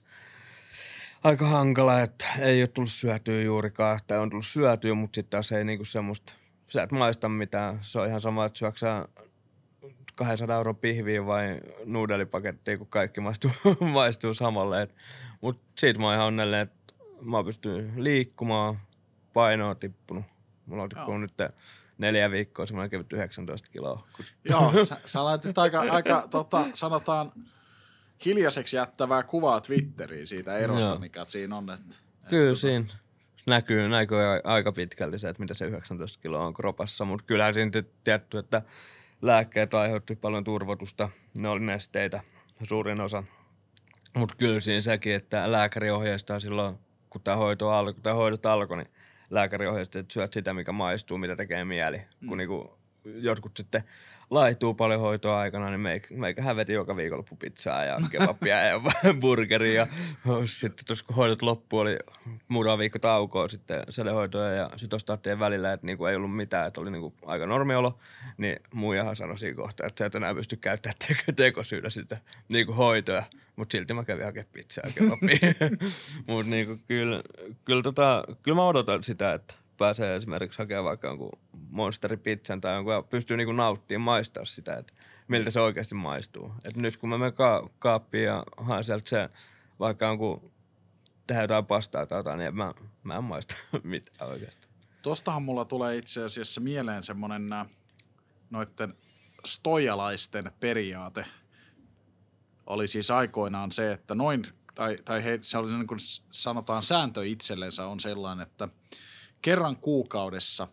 aika hankala, että ei ole tullut syötyä juurikaan. Tai on tullut syötyä, mutta sitten taas ei niinku semmoista, sä et maista mitään. Se on ihan sama, että syöksää kaksisataa euroa pihviä vai nuudelipakettia, kun kaikki maistuu, maistuu samalle. Mutta siitä mä oon ihan onnellinen, että mä oon pystynyt liikkumaan, paino on tippunut. Mulla on tippunut nyt neljä viikkoa, semmoinen kevyt yhdeksäntoista kiloa. Joo, sä, sä laitit aika, aika tota, sanotaan hiljaiseksi jättävää kuvaa Twitteriin siitä erosta, Joo. mikä siinä on. Että, Kyllä että, siinä näkyy, näkyy aika pitkälti se, että mitä se yhdeksäntoista kiloa on kropassa, mutta kyllähän siinä tietty, että lääkkeet aiheutti paljon turvotusta, ne oli nesteitä suurin osa. Mutta kyllä siinä sekin, että lääkäri ohjeistaa silloin, kun tämä hoito alkoi, kun tämä hoidot alkoi, niin lääkäri ohjeistaa, että syöt sitä, mikä maistuu, mitä tekee mieli. Mm. Kun niinku jotkut sitten laihtuu paljon hoitoa aikana, niin meikä, meikähän veti joka viikonloppu pizzaa ja kebabia ja burgeria. Ja sitten tuossa kun hoidot loppu, oli muutama viikko taukoa sitten sädehoitoja ja sytostaattien välillä, että niinku ei ollut mitään, että oli niinku aika normiolo. Niin muijahan sanoi siinä kohtaa, että sä et enää pysty käyttämään te- tekosyydä sitä niinku hoitoja. Mutta silti mä kävin hakemaan pizzaa ja kebabia. Mutta niinku kyllä, kyllä, tota, kyllä mä odotan sitä, että pääsee esimerkiksi hakemaan vaikka jonkun monsteri-pizzan tai jonkun ja pystyy niinku nauttimaan, maistaa sitä, että miltä se oikeasti maistuu. Et nyt kun mä menen ka- kaappiin ja haen sieltä se vaikka jonkun tehdä jotain pastaa tai jotain, niin mä, mä en maista mitään oikeasti. Tostahan mulla tulee itse asiassa mieleen semmonen nää noitten stoijalaisten periaate. Oli siis aikoinaan se, että noin, tai, tai he, se oli niin kuin sanotaan sääntö itsellensä on sellainen, että kerran kuukaudessa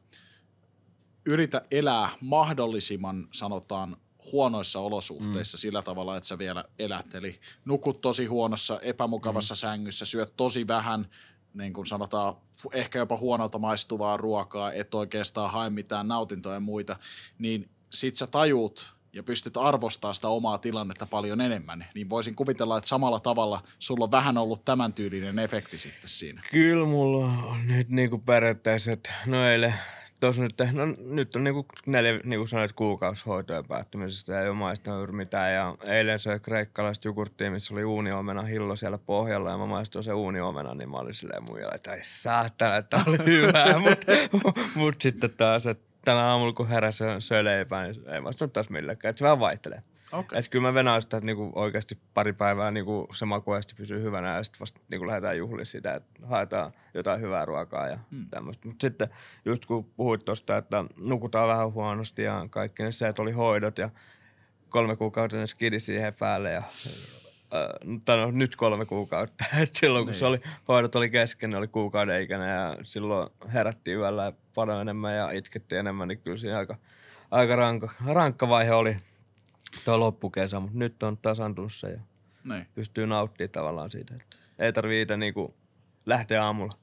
yritä elää mahdollisimman, sanotaan, huonoissa olosuhteissa mm. sillä tavalla, että sä vielä elät. Eli nukut tosi huonossa, epämukavassa mm. sängyssä, syöt tosi vähän, niin kuin sanotaan, ehkä jopa huonolta maistuvaa ruokaa, et oikeastaan hae mitään nautintoja ja muita, niin sit sä tajuut ja pystyt arvostamaan sitä omaa tilannetta paljon enemmän, niin voisin kuvitella, että samalla tavalla sulla on vähän ollut tämän tyylinen efekti sitten siinä. Kyllä mulla on nyt niinku periaatteessa, että no eilen, tos nyt, no nyt on niinku neljä, niinku sanoit, kuukausihoitojen päättymisestä, ei ole maistanut juuri mitään, ja eilen söi kreikkalaista jogurttia, missä oli uuniomena hillo siellä pohjalla, ja mä maistoin se uuniomena, niin mä olin silleen muijalla, että ei saatana, että oli hyvää, mutta mut sitten taas, että tänä aamulla kun heräsi söi leipää, niin ei maistunut taas millekään, että se vähän vaihtelee. Okay. Että kyllä mä venaan sitä, että niinku oikeasti pari päivää niinku se makuesti pysyy hyvänä ja sitten vasta niinku lähdetään juhliin sitä, että haetaan jotain hyvää ruokaa ja hmm. tämmöistä. Mutta sitten just kun puhuit tuosta, että nukutaan vähän huonosti ja kaikki, niin se, että oli hoidot ja kolme kuukautta skidi siihen päälle ja äh, tai no, nyt kolme kuukautta. Et silloin kun niin. se oli, hoidot oli kesken, ne oli kuukauden ikäinen ja silloin herättiin yöllä paljon enemmän ja itkettiin enemmän, niin kyllä siinä aika, aika rankka, rankka vaihe oli. Tuo loppukesä, mutta nyt on tasantunut se ja Nein. pystyy nauttimaan tavallaan siitä. Että ei tarvitse itse niinku lähteä aamulla.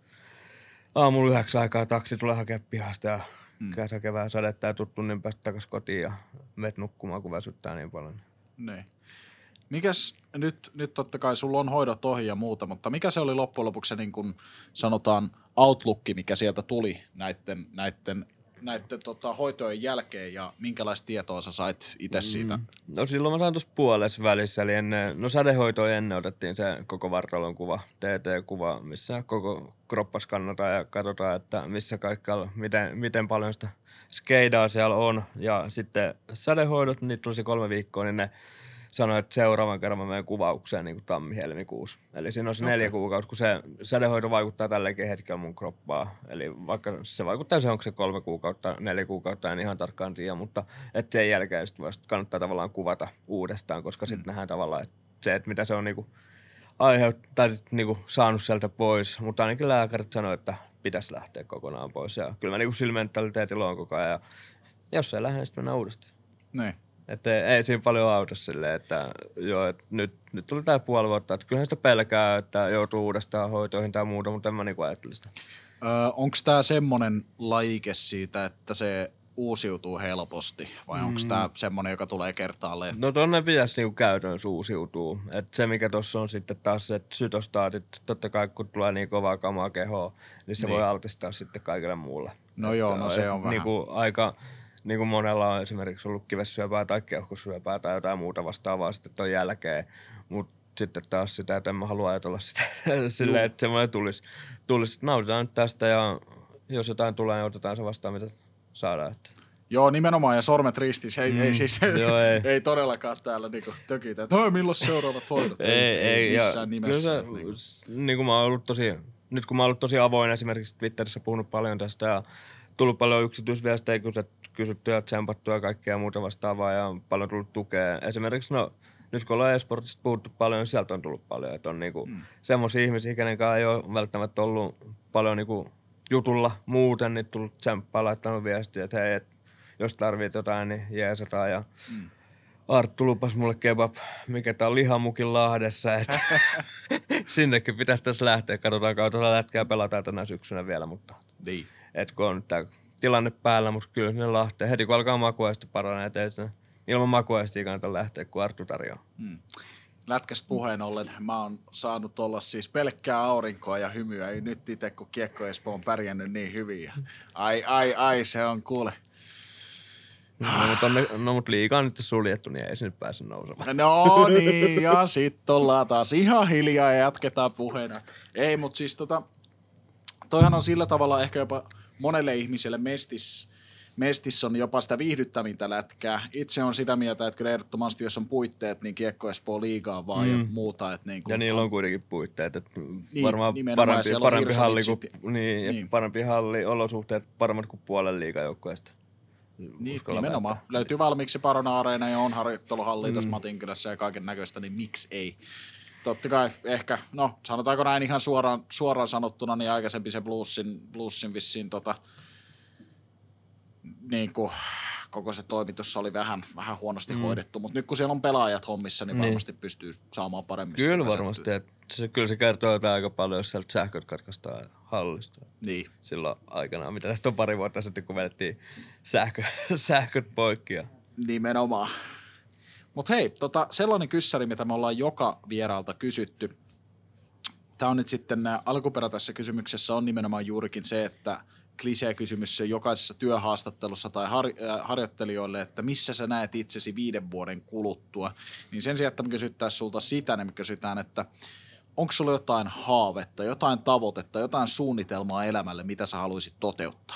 Aamulla yhdeksän aikaa taksi tulee hakemaan pihasta ja hmm. käydä kevään sadetta ja tuttu, niin päästä takaisin kotiin ja menet nukkumaan, kun väsyttää niin paljon. Nein. Mikäs nyt, nyt totta kai sulla on hoidot ohi ja muuta, mutta mikä se oli loppujen lopuksi se niin kuin sanotaan outlook, mikä sieltä tuli näiden, näiden näiden tota, hoitojen jälkeen ja minkälaista tietoa sä sait itse siitä? Mm. No silloin mä sain tuossa puolessa välissä, eli ennen, no sädehoitoja ennen otettiin se koko vartalon kuva, T T-kuva, missä koko kroppa skannataan ja katsotaan, että missä kaikkialla, miten, miten paljon sitä skeidaa siellä on. Ja sitten sädehoidot, niitä tuli se kolme viikkoa, niin ne sanoi, että seuraavan kerran mä menen kuvaukseen niin kuin tammi-helmikuussa. Eli siinä on se okay. neljä kuukautta, kun se sädehoito vaikuttaa tälläkin hetkellä mun kroppaa. Eli vaikka se vaikuttaa, se onko se kolme kuukautta, neljä kuukautta, en ihan tarkkaan tiedä, mutta että sen jälkeen sitten vasta kannattaa tavallaan kuvata uudestaan, koska sitten mm. nähdään tavallaan, että se, että mitä se on niinku aiheuttanut tai niinku saanut sieltä pois. Mutta ainakin lääkärit sanoi, että pitäisi lähteä kokonaan pois. Ja kyllä mä niinku sillä mentaliteetillä on koko ajan. Ja jos ei lähde, niin sitten mennään uudestaan. Niin. Että ei siinä paljon auta silleen, että joo, että nyt, nyt tuli tää puoli vuotta, että kyllähän sitä pelkää, että joutuu uudestaan hoitoihin tai muuta, mutta en mä niinku ajattelin sitä. Öö, onko tää semmonen laike siitä, että se uusiutuu helposti vai mm. onko tää semmonen, joka tulee kertaalleen? No tonne pitäisi niinku käytännössä uusiutuu. Et se mikä tossa on sitten taas se, että sytostaatit, totta kai kun tulee niin kovaa kamaa kehoa, niin se niin. voi altistaa sitten kaikille muulle. No että joo, no se on vähän. Niinku aika... Niin kuin monella on esimerkiksi ollut kivessyöpää tai keuhkosyöpää tai jotain muuta vastaavaa sitten ton jälkeen. Mutta sitten taas sitä, että en mä halua ajatella sitä silleen, että semmoinen tulisi. tulisi. Nautitaan nyt tästä ja jos jotain tulee, niin otetaan se vastaan, mitä saadaan. Että. Joo, nimenomaan ja sormet ristissä. Ei, mm, ei siis joo, ei. ei todellakaan täällä niinku tökitä, että milloin seuraavat hoidot? ei, ei, ei missään ja nimessä. Se, niin. niin kuin mä oon ollut tosi, nyt kun mä oon ollut tosi avoin esimerkiksi Twitterissä puhunut paljon tästä ja tullut paljon yksityisviestejä kysyttyä ja tsempattua ja kaikkea muuta vastaavaa ja on paljon tullut tukea. Esimerkiksi no, nyt kun ollaan e-sportista puhuttu paljon, niin sieltä on tullut paljon. Että on niinku mm. semmoisia ihmisiä, kenen kanssa ei ole välttämättä ollut paljon niinku jutulla muuten, niin tullut tsemppaa, laittanut viestiä, että hei, et, jos tarvit jotain, niin jeesataan. Ja mm. Arttu lupas mulle kebab, mikä tää on Lihamukin Lahdessa, että sinnekin pitäisi tässä lähteä. Katsotaan, kautta lätkää pelataan tänä syksynä vielä, mutta niin. Et kun on tää tilanne päällä, mutta kyllä ne Lahteen. Heti kun alkaa makuaisti paranee, ettei se ilman makuaistia kannata lähteä, kun Arttu tarjoaa. Hmm. Lätkästä puheen ollen mä oon saanut olla siis pelkkää aurinkoa ja hymyä. Ei nyt itse, kun Kiekko Espoo on pärjännyt niin hyvin. Ja ai, ai, ai, se on kuule. No, mutta on ne, no, mut liiga on nyt suljettu, niin ei se nyt pääse nousemaan. No niin, ja sit ollaan taas ihan hiljaa ja jatketaan puheena. Ei, mutta siis tota, toihan on sillä tavalla ehkä jopa monelle ihmiselle mestis, mestis on jopa sitä viihdyttävintä lätkää. Itse on sitä mieltä, että kyllä ehdottomasti, jos on puitteet, niin Kiekko Espoo liigaa vaan mm. ja muuta. Että niin ja niillä on kuitenkin puitteet. Että niin, varmaan parempi, parempi, halli, kuin, niin, niin. parempi halli, olosuhteet paremmat kuin puolen liigajoukkueesta. Niin, nimenomaan. Päättää. Löytyy valmiiksi Parona Areena ja on harjoitteluhalli mm. tuossa Matinkylässä ja kaiken näköistä, niin miksi ei? totta kai ehkä, no sanotaanko näin ihan suoraan, suoraan sanottuna, niin aikaisempi se Bluesin, Bluesin vissiin tota, niin kuin, koko se toimitus oli vähän, vähän huonosti mm. hoidettu, mutta nyt kun siellä on pelaajat hommissa, niin, niin. varmasti pystyy saamaan paremmin. Kyllä varmasti, että se, kyllä se kertoo aika paljon, jos sieltä sähköt katkaistaan hallista. Niin. Silloin aikanaan, mitä tästä on pari vuotta sitten, kun vedettiin sähkö, sähköt poikki. Ja... Nimenomaan. Mutta hei, tota, sellainen kyssäri, mitä me ollaan joka vieraalta kysytty. Tämä on nyt sitten, alkuperä tässä kysymyksessä on nimenomaan juurikin se, että klisee-kysymys jokaisessa työhaastattelussa tai har, äh, harjoittelijoille, että missä sä näet itsesi viiden vuoden kuluttua. Niin sen sijaan, että me kysyttäisiin sulta sitä, niin me kysytään, että onko sulla jotain haavetta, jotain tavoitetta, jotain suunnitelmaa elämälle, mitä sä haluaisit toteuttaa?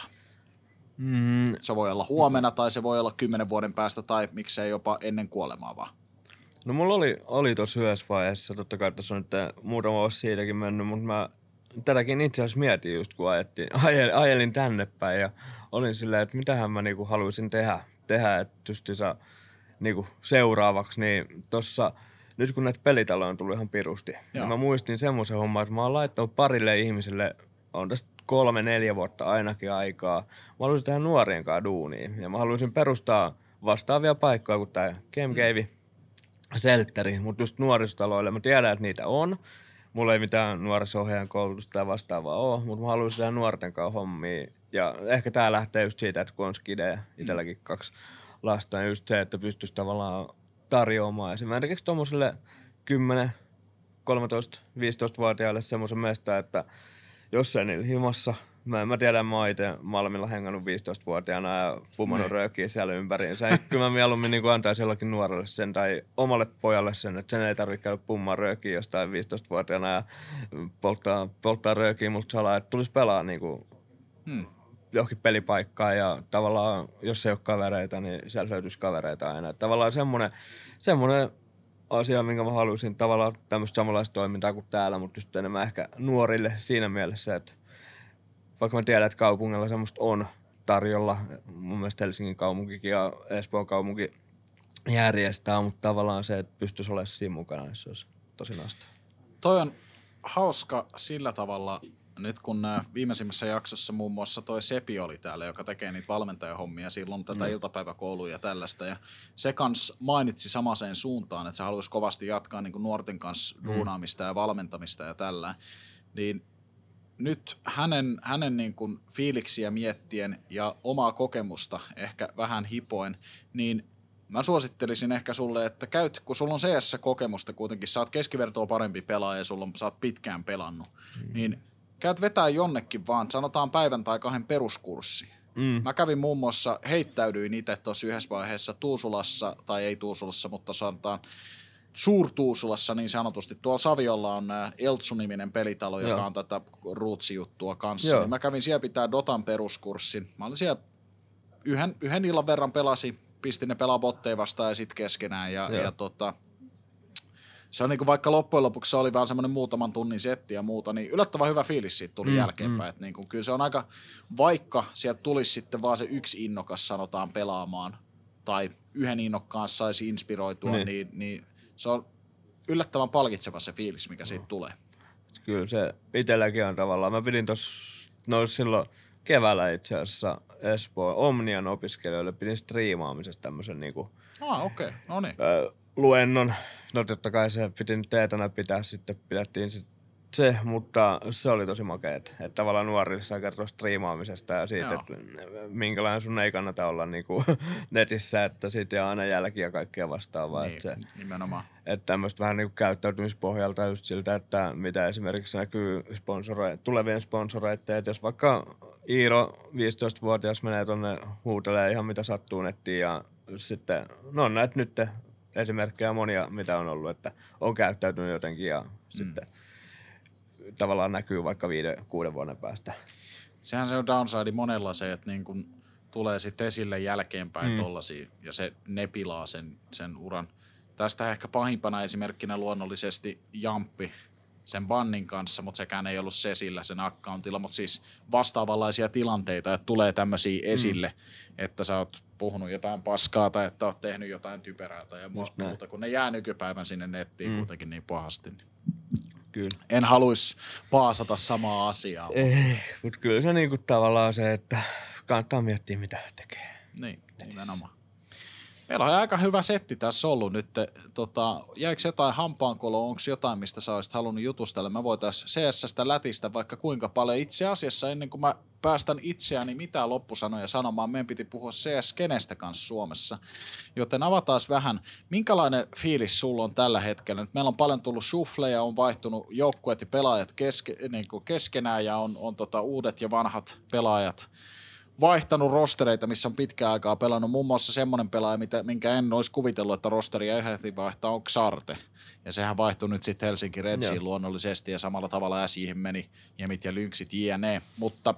Mm. Se voi olla huomenna tai se voi olla kymmenen vuoden päästä tai miksei jopa ennen kuolemaa vaan. No mulla oli, oli tuossa yhdessä vaiheessa, totta kai tässä on nyt muutama vuosi siitäkin mennyt, mutta mä tätäkin itse asiassa mietin just kun ajettiin, ajel, ajelin tänne päin ja olin silleen, että mitähän mä niinku haluaisin tehdä, tehdä että justiinsa niinku seuraavaksi, niin tossa nyt kun näitä pelitaloja on tullut ihan pirusti, niin mä muistin semmoisen homman, että mä oon laittanut parille ihmiselle, on tästä kolme, neljä vuotta ainakin aikaa, mä haluaisin tehdä nuorien kanssa duunia ja mä haluaisin perustaa vastaavia paikkoja kuin tää Game Cave, Seltteri, mutta just nuorisotaloille, mä tiedän, että niitä on. Mulla ei mitään nuoriso-ohjaajan koulutusta tai vastaavaa ole, mutta mä haluaisin tehdä nuorten kanssa hommia. Ja ehkä tää lähtee just siitä, että kun on skidejä, itselläkin kaksi lasta, niin just se, että pystyisi tavallaan tarjoamaan esimerkiksi tommoselle kymmenen, kolmetoista, viisitoista-vuotiaille semmoisen mesta, että jos ei niillä himassa, mä, mä tiedän, mä oon itse Malmilla hengannut viisitoista-vuotiaana ja pumannut röökiä siellä ympäriinsä. Kyllä mä mieluummin niin antaisin jollakin nuorelle sen tai omalle pojalle sen, että sen ei tarvitse käydä pummaan röökiä jostain viisitoista-vuotiaana ja polttaa, polttaa röökiä multa salaa, että tulisi pelaa niin kuin hmm. johonkin pelipaikkaan ja tavallaan, jos ei ole kavereita, niin siellä löytyisi kavereita aina. Että tavallaan semmoinen, semmoinen asia, minkä mä haluaisin tavallaan tämmöistä samanlaista toimintaa kuin täällä, mutta just enemmän ehkä nuorille siinä mielessä, että vaikka mä tiedän, että kaupungilla semmoista on tarjolla, mun mielestä Helsingin kaupunkikin ja Espoon kaupunki järjestää, mutta tavallaan se, että pystyisi olemaan siinä mukana, niin se olisi tosi nasta. Toi on hauska sillä tavalla, nyt kun viimeisimmässä jaksossa muun muassa toi Sepi oli täällä, joka tekee niitä valmentajahommia silloin tätä mm. iltapäiväkoulua ja tällaista, ja se kans mainitsi samaseen suuntaan, että se haluaisi kovasti jatkaa niin kuin nuorten kanssa duunaamista mm. ja valmentamista ja tällä, niin nyt hänen, hänen niin kuin fiiliksiä miettien ja omaa kokemusta ehkä vähän hipoen, niin mä suosittelisin ehkä sulle, että käyt, kun sulla on C S-kokemusta kuitenkin, sä oot keskivertoa parempi pelaaja ja sulla on, sä oot pitkään pelannut, mm. niin käyt vetää jonnekin vaan, sanotaan päivän tai kahden peruskurssi. Mm. Mä kävin muun muassa, heittäydyin itse tuossa yhdessä vaiheessa Tuusulassa, tai ei Tuusulassa, mutta sanotaan Suur-Tuusulassa niin sanotusti. Tuolla Saviolla on Eltsu-niminen pelitalo, joka Joo. on tätä Rootsi-juttua kanssa. Niin mä kävin siellä pitää Dotan peruskurssin. Mä olin siellä yhden, yhden illan verran pelasi, pistin ne pelaa botteja vastaan ja sitten keskenään. Ja, ja tota, se on niinku, vaikka loppujen lopuksi se oli vaan semmoinen muutaman tunnin setti ja muuta, niin yllättävän hyvä fiilis siitä tuli mm, jälkeenpäin. Mm. Et niinku, kyllä se on aika, vaikka sieltä tulisi sitten vaan se yksi innokas sanotaan pelaamaan, tai yhden innokkaan saisi inspiroitua, niin, niin, niin se on yllättävän palkitseva se fiilis, mikä siitä tulee. Kyllä se itselläkin on tavallaan. Mä pidin tuossa, no silloin keväällä itse asiassa Espoon Omnian opiskelijoille pidin striimaamisesta tämmöisen niinku ah, okei, okay. No niin. Ö, luennon. No totta kai se piti nyt etänä pitää, sitten pidettiin sit se, mutta se oli tosi makea, että, että tavallaan nuorille saa kertoa striimaamisesta ja siitä, Joo. että minkälainen sun ei kannata olla niinku netissä, että siitä jää aina jälkiä ja kaikkea vastaavaa. Niin, että se, nimenomaan. Että tämmöistä vähän niinku käyttäytymispohjalta just siltä, että mitä esimerkiksi näkyy sponsore, tulevien sponsoreiden, että jos vaikka Iiro viisitoistavuotias menee tonne huutelee ihan mitä sattuu nettiin ja sitten, no on näitä nyt esimerkkejä monia, mitä on ollut, että on käyttäytynyt jotenkin ja mm. sitten tavallaan näkyy vaikka viiden, kuuden vuoden päästä. Sehän se on downside monella se, että niin kun tulee sitten esille jälkeenpäin mm. tollasia ja se ne pilaa sen, sen uran. Tästä ehkä pahimpana esimerkkinä luonnollisesti Jamppi sen bannin kanssa, mutta sekään ei ollut se sillä sen accountilla, mutta siis vastaavanlaisia tilanteita, että tulee tämmöisiä esille, mm. että sä oot puhunut jotain paskaa tai että oot tehnyt jotain typerää tai muuta, kun ne jää nykypäivän sinne nettiin mm. kuitenkin niin pahasti. Niin. Kyllä. En haluaisi paasata samaa asiaa. Ei, mutta kyllä se niinku tavallaan se, että kannattaa miettiä mitä tekee. Niin, nimenomaan. Meillä on aika hyvä setti tässä ollut nyt. Tota, jäikö jotain hampaankoloa, onko jotain, mistä sä olisit halunnut jutustella? Mä voitaisiin C S:stä lätistä vaikka kuinka paljon. Itse asiassa ennen kuin mä päästän itseäni mitään loppusanoja sanomaan, meidän piti puhua C S-kenestä kanssa Suomessa. Joten avataan vähän, minkälainen fiilis sulla on tällä hetkellä? Nyt meillä on paljon tullut shuffleja, on vaihtunut joukkueet ja pelaajat keske, niin kuin keskenään ja on, on tota uudet ja vanhat pelaajat vaihtanut rostereita, missä on pitkään aikaa pelannut. Muun muassa semmoinen pelaaja, mitä, minkä en olisi kuvitellut, että rosteria ehti vaihtaa, on Xarte. Ja sehän vaihtui nyt sitten Helsinki Redsiin luonnollisesti ja samalla tavalla Sihin meni Jemit ja Lynxit jne. Mutta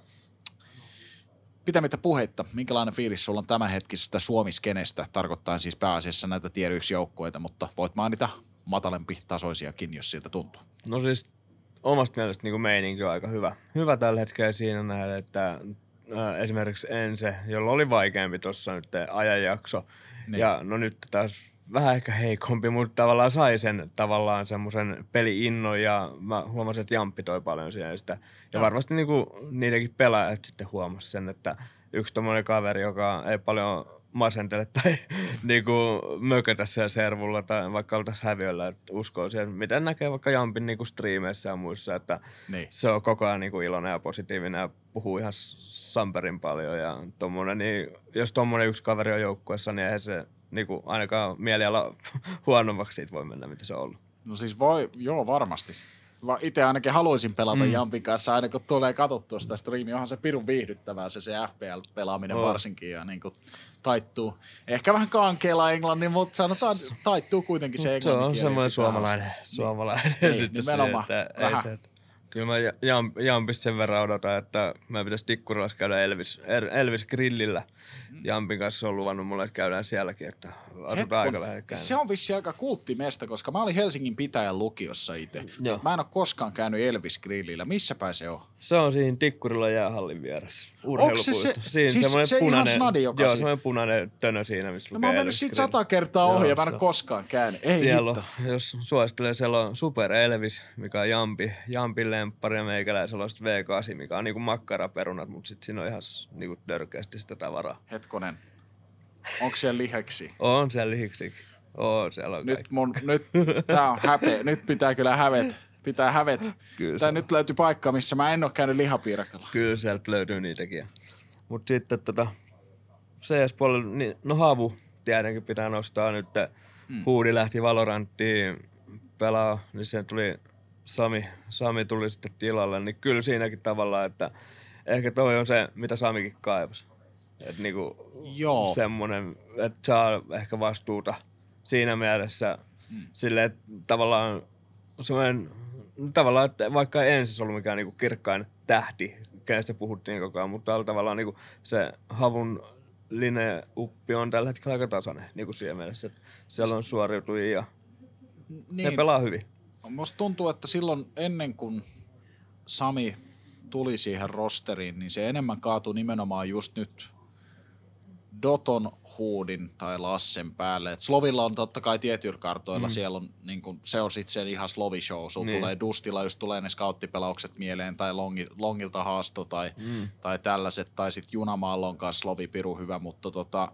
pitämättä puheitta, minkälainen fiilis sulla on tämänhetkisestä Suomi-skenestä, tarkoittaa siis pääasiassa näitä tier yksi joukkueita, mutta voit mainita matalempi tasoisiakin, jos siltä tuntuu. No siis omasta mielestä niin kuin meininki on aika hyvä. Hyvä tällä hetkellä siinä nähdä, että esimerkiksi Ense, jolla oli vaikeampi tuossa nyt ajanjakso. Niin. Ja no nyt taas vähän ehkä heikompi, mutta tavallaan sai sen tavallaan semmoisen peli-innon ja mä huomasin, että Jamppi toi paljon siihen sitä. Ja no. varmasti niinku niidenkin pelaajat sitten huomasi sen, että yksi tommoinen kaveri, joka ei paljon masentele tai niinku mökötä siellä servulla tai vaikka oltaisiin häviöllä, että uskoo siihen, miten näkee vaikka Jampin niinku striimeissä ja muissa, että niin. se on koko ajan niinku iloinen ja positiivinen ja puhuu ihan samperin paljon ja tommonen, niin jos tommonen yksi kaveri on joukkueessa, niin eihän se niinku ainakaan mieliala huonommaksi siitä voi mennä, mitä se on ollut. No siis voi, joo varmasti. Itse ainakin haluaisin pelata mm. Jampin kanssa, aina kun tulee katsottua sitä striimiä, onhan se pirun viihdyttävää se, se F P L-pelaaminen oh. varsinkin ja niin kuin taittuu. Ehkä vähän kankeella englannin, mutta sanotaan taittuu kuitenkin se englannin kieli. Se on semmoinen suomalainen, suomalainen niin, sitten nimenomaan. Se, että vähän. Ei se, että kyllä mä Jamp, Jampista sen verran odotan, että mä pitäisi Tikkurilassa käydä Elvis, Elvis Grillillä. Jampin kanssa on luvannut mulle, että käydään sielläkin, että asutaan aika lähekkään. Se on vissi aika kulttimesta, koska mä olin Helsingin pitäjän lukiossa itse. Mä en ole koskaan käynyt Elvis Grillillä. Missä päin se on? Se on siinä Tikkurilan jäähallin vieressä. Urheilupuisto. Se, se, siinä siis se punainen, ihan snadi, joka joo, semmoinen punainen tönö siinä, missä no, lukee mä oon mennyt siitä sata kertaa ohi ja mä en ole koskaan käynyt. Ei siellä on, jos suosittelee, siellä on Super Elvis, mikä on Jampi, Jampin lemppari ja meikäläisellä on V kahdeksan, mikä on niinku makkaraperunat, mutta sitten siinä on ihan niinku törkeästi sitä tavaraa. Hetkonen. Onko siellä liheksi? On siellä liheksikin. On siellä on nyt mun, nyt, tää on häpe. Nyt pitää kyllä hävet. Pitää hävet. Kyllä Tää nyt löytyy paikka, missä mä en oo käynyt lihapiirakalla. Kyllä sieltä löytyy niitäkin. Mut sitten tota C S-puolella, niin, no Havu tietenkin pitää nostaa nyt. Hmm. Huudi lähti Valoranttiin pelaa, niin sen tuli Sami, Sami tuli sitten tilalle. Niin kyllä siinäkin tavallaan, että ehkä toi on se, mitä Samikin kaipasi. Että niinku Joo. semmonen, että saa ehkä vastuuta siinä mielessä hmm. silleen, että tavallaan semmoinen, tavallaan, että vaikka ei ensin ollut mikään niinku kirkkain tähti, kenestä puhuttiin koko ajan, mutta tavallaan niinku se Havun lineuppi on tällä hetkellä aika tasainen niinku siinä mielessä, että siellä on suoriutujia ja niin, ne pelaa hyvin. Musta tuntuu, että silloin ennen kuin Sami tuli siihen rosteriin, niin se enemmän kaatui nimenomaan just nyt Doton, Huudin tai Lassen päälle. Et Slovilla on totta kai tietyillä kartoilla, mm. siellä on, niin kun, se on sitten se ihan Slovi-show. Sulla niin. tulee Dustilla, just tulee ne scouttipelaukset mieleen, tai longi, Longilta haasto, tai, mm. tai tällaiset, tai sitten Junamaalla on kanssa Slovi piru hyvä, mutta tota,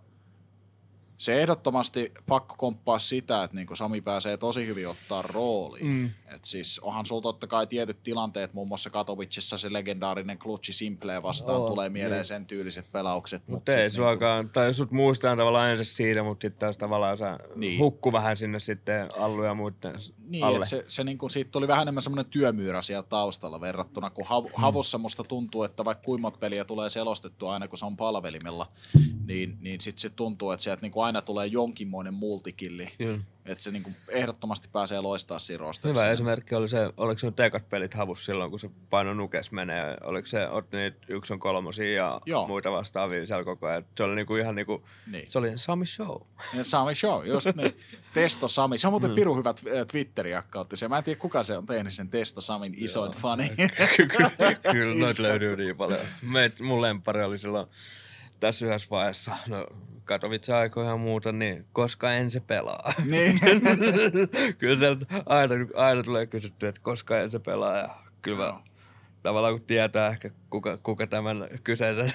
se ehdottomasti pakko komppaa sitä, että niinku Sami pääsee tosi hyvin ottaa rooliin. Mm. Et siis onhan sulla totta kai tietyt tilanteet, muun muassa Katowicessa se legendaarinen klutsi Simpleä vastaan oh, tulee mieleen niin. sen tyyliset pelaukset. Mutta mut ei suakaan, niinku tai sut muistaa tavallaan ensin siitä, mutta sitten taas tavallaan sä niin. hukku vähän sinne sitten Allu ja muiden niin, alle. Se, se niinku, siitä tuli vähän enemmän semmoinen työmyyrä siellä taustalla verrattuna, kun hav, mm. Havussa musta tuntuu, että vaikka kuimmat peliä tulee selostettua aina, kun se on palvelimella, niin, niin sitten se tuntuu, että sieltä niinku aina tulee jonkinmoinen multikilli. Kyllä. Että se niinku ehdottomasti pääsee loistaa siinä rosterissa. Hyvä esimerkki oli se, oliko se nyt ekat pelit Havussa silloin, kun se paino nukes menee. Oliko se, otti niitä yksi on kolmosia ja Joo. muita vastaavia siellä koko ajan. Se oli niinku ihan niinku, niin. se oli Sami Show. Ja Sami Show, just niin. Testo Sami. Se on muuten mm. pirun hyvä Twitteri-akkautti. Mä en tiedä, kuka se on tehnyt sen Testo Samin isoin fani. Kyllä noita löytyy niin paljon. Mun lemppari oli silloin tässä yhdessä vaiheessa, no Katowice aikoo ihan muuta, niin koska en se pelaa. Niin. Kyllä sieltä aina, aina tulee kysytty, että koska en se pelaa. Ja kyllä mä, tavallaan kun tietää ehkä kuka, kuka tämän kyseisen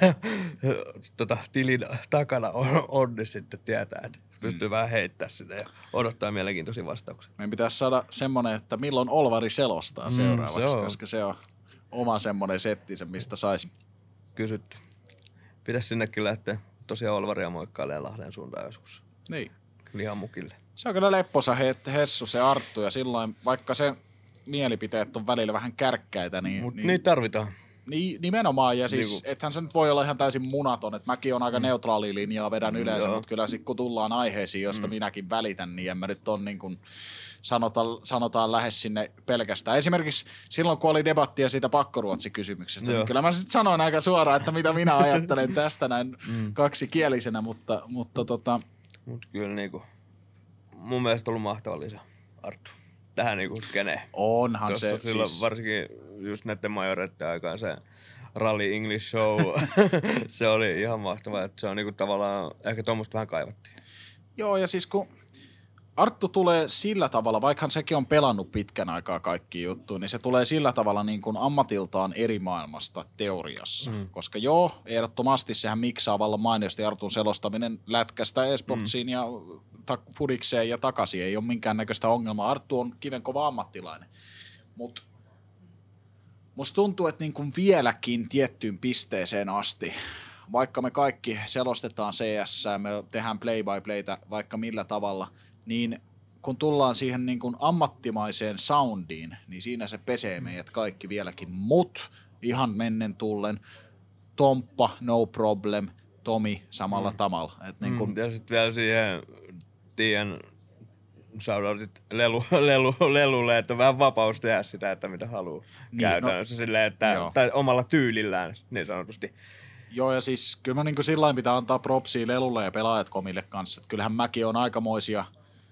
tota, tilin takana on, on, niin sitten tietää, että pystyy mm. vähän heittämään sitä ja odottaa mielenkiintoisia vastauksia. Meidän pitäisi saada semmoinen, että milloin Olvari selostaa mm, seuraavaksi, se koska se on oma semmoinen settinsä, mistä saisi kysytty. Pitäisi sinnekin lähteä tosiaan Olvaria moikkailemaan Lahden suuntaan joskus. Niin. Lihamukille. Se on kyllä lepposa Hessu se Arttu ja silloin, vaikka se mielipiteet on välillä vähän kärkkäitä, niin... Mut niin niitä tarvitaan. Niin, nimenomaan, ja siis Niinku. ethän se nyt voi olla ihan täysin munaton, että mäkin on aika mm. neutraali linjaa vedän Mm, yleensä, joo. mutta kyllä sit kun tullaan aiheisiin, josta Mm. minäkin välitän, niin en mä nyt on niin kuin sanota, sanotaan lähes sinne pelkästään. Esimerkiksi silloin, kun oli debattia siitä pakkoruotsikysymyksestä, Joo. niin kyllä mä sitten sanoin aika suoraan, että mitä minä ajattelen tästä näin Mm. kaksikielisenä, mutta, mutta tota... Mut kyllä niinku, mun mielestä on ollut mahtava lisä, Arttu. Tähän niinku skeneen. Onhan Tuossa se silloin siis... varsinkin just näiden majoreiden aikaan se Rally English Show, se oli ihan mahtavaa, että se on niinku tavallaan, ehkä tuommoista vähän kaivattiin. Joo, ja siis kun Arttu tulee sillä tavalla, vaikka sekin on pelannut pitkän aikaa kaikki juttuja, niin se tulee sillä tavalla niin kuin ammatiltaan eri maailmasta teoriassa. Mm. Koska joo, ehdottomasti sehän miksaa vallan mainiosti Artun selostaminen lätkästä esportsiin mm. ja ta- fudikseen ja takaisin. Ei ole minkäännäköistä ongelmaa. Arttu on kivenkova ammattilainen. Mutta musta tuntuu, että niin kuin vieläkin tiettyyn pisteeseen asti, vaikka me kaikki selostetaan C S, me tehdään play-by-playtä vaikka millä tavalla, niin kun tullaan siihen niin kuin ammattimaiseen soundiin, niin siinä se pesee meidät kaikki vieläkin. Mut ihan mennen tullen, Tomppa, no problem, Tomi samalla mm. tamalla. Et niin kun... mm, ja sitten vielä siihen Tiian shoutoutit lelu, lelu, lelulle, että on vähän vapaus tehdä sitä, että mitä haluaa niin, käytännössä no, silleen, että, tai omalla tyylillään niin sanotusti. Joo, ja siis kyllä mä niin kuin sillain pitää antaa propsia lelulle ja pelaajat komille kanssa. Että kyllähän mäkin on aikamoisia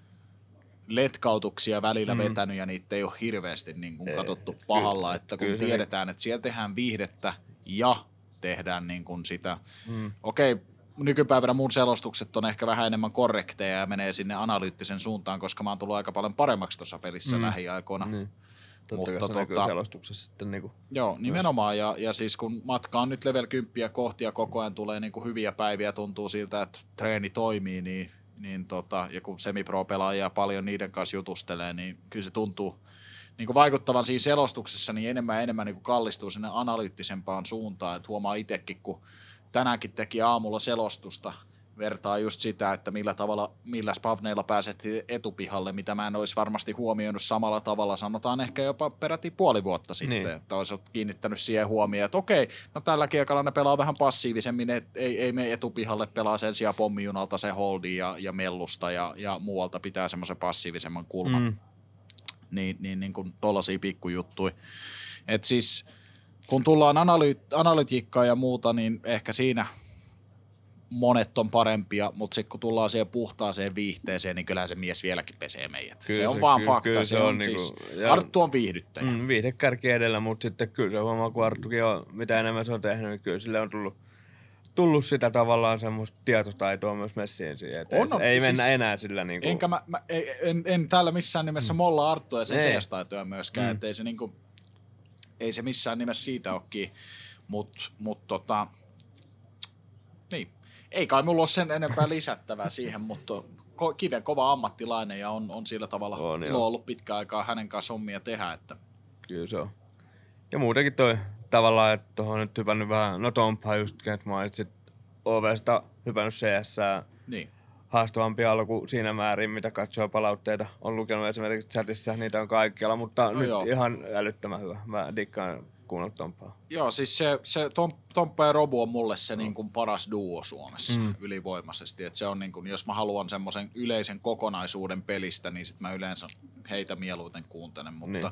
letkautuksia välillä mm. vetänyt ja niitä ei ole hirveästi niin kuin katsottu ei, pahalla, että kun kyllä tiedetään, niin. että siellä tehdään viihdettä ja tehdään niin kuin sitä. Mm. Okei, nykypäivänä mun selostukset on ehkä vähän enemmän korrekteja ja menee sinne analyyttisen suuntaan, koska mä oon tullut aika paljon paremmaksi tuossa pelissä mm. lähiaikoina. Mm. Totta kai se näkyy tota, selostuksessa sitten niinku. Joo, nimenomaan. Ja, ja siis kun matka on nyt level kymmenen kohti ja koko ajan tulee niinku hyviä päiviä, tuntuu siltä, että treeni toimii, niin, niin tota, ja kun semipro-pelaajia paljon niiden kanssa jutustelee, niin kyllä se tuntuu niinku vaikuttavan siinä selostuksessa, niin enemmän ja enemmän niinku kallistuu sinne analyyttisempaan suuntaan. Et huomaa itsekin, kun tänäänkin teki aamulla selostusta, vertaa just sitä, että millä tavalla, millä spavneilla pääsettiin etupihalle, mitä mä en olisi varmasti huomioinut samalla tavalla, sanotaan ehkä jopa peräti puoli vuotta sitten, niin. Että olisi kiinnittänyt siihen huomioon, että okei, no tällä kiekalla ne pelaa vähän passiivisemmin, että ei, ei me etupihalle pelaa sen sijaan pommijunalta se holdi ja, ja mellusta ja, ja muualta pitää semmoisen passiivisemman kulman. Mm. Niin, niin, niin kuin tollaisia pikkujuttuja. Että siis kun tullaan analy- analytiikkaan ja muuta, niin ehkä siinä monet on parempia, mutta sitten kun tullaan siihen puhtaaseen viihteeseen, niin kyllähän se mies vieläkin pesee meidät. Kyllä se on se, vaan kyllä, fakta. Kyllä se, se on, on siis, niinku, Arttu on viihdyttäjä. Mm, viihdekärki edellä, mutta sitten kyllä se huomaa, kun Arttukin on, mitä enemmän se on tehnyt, niin kyllä sille on tullut, tullut sitä tavallaan semmoista tietotaitoa myös messiin siihen. On, ei, ei siis, mennä enää sillä niin kuin. Enkä mä, mä en, en täällä missään nimessä mm. molla Arttua ja sen C S-taitoja myöskään, mm. ettei se niinku, ei se missään nimessä siitä ole kiinni, mutta mut tota, niin. Ei kai mulla ole sen enempää lisättävää siihen, mutta kiven kova ammattilainen ja on, on sillä tavalla on, ilo ollut pitkään aikaa hänen kanssa hommia tehdä. Että. Kyllä se on. Ja muutenkin toi tavallaan, että tuohon nyt hypännyt vähän, no Tompha just, että mainitsit O V:sta hypännyt C S:ää. Niin. Haastavampi alku siinä määrin, mitä katsoo palautteita. On lukenut esimerkiksi chatissa, niitä on kaikkialla, mutta no nyt joo. Ihan älyttömän hyvä. Mä dikkaan kuunnella Tomppaa. Joo, siis se, se Tom, Tomppa ja Robu on mulle se no. niin kuin paras duo Suomessa mm. ylivoimaisesti. Et se on niin kuin, jos mä haluan semmoisen yleisen kokonaisuuden pelistä, niin sit mä yleensä heitä mieluiten kuuntelen, mutta niin.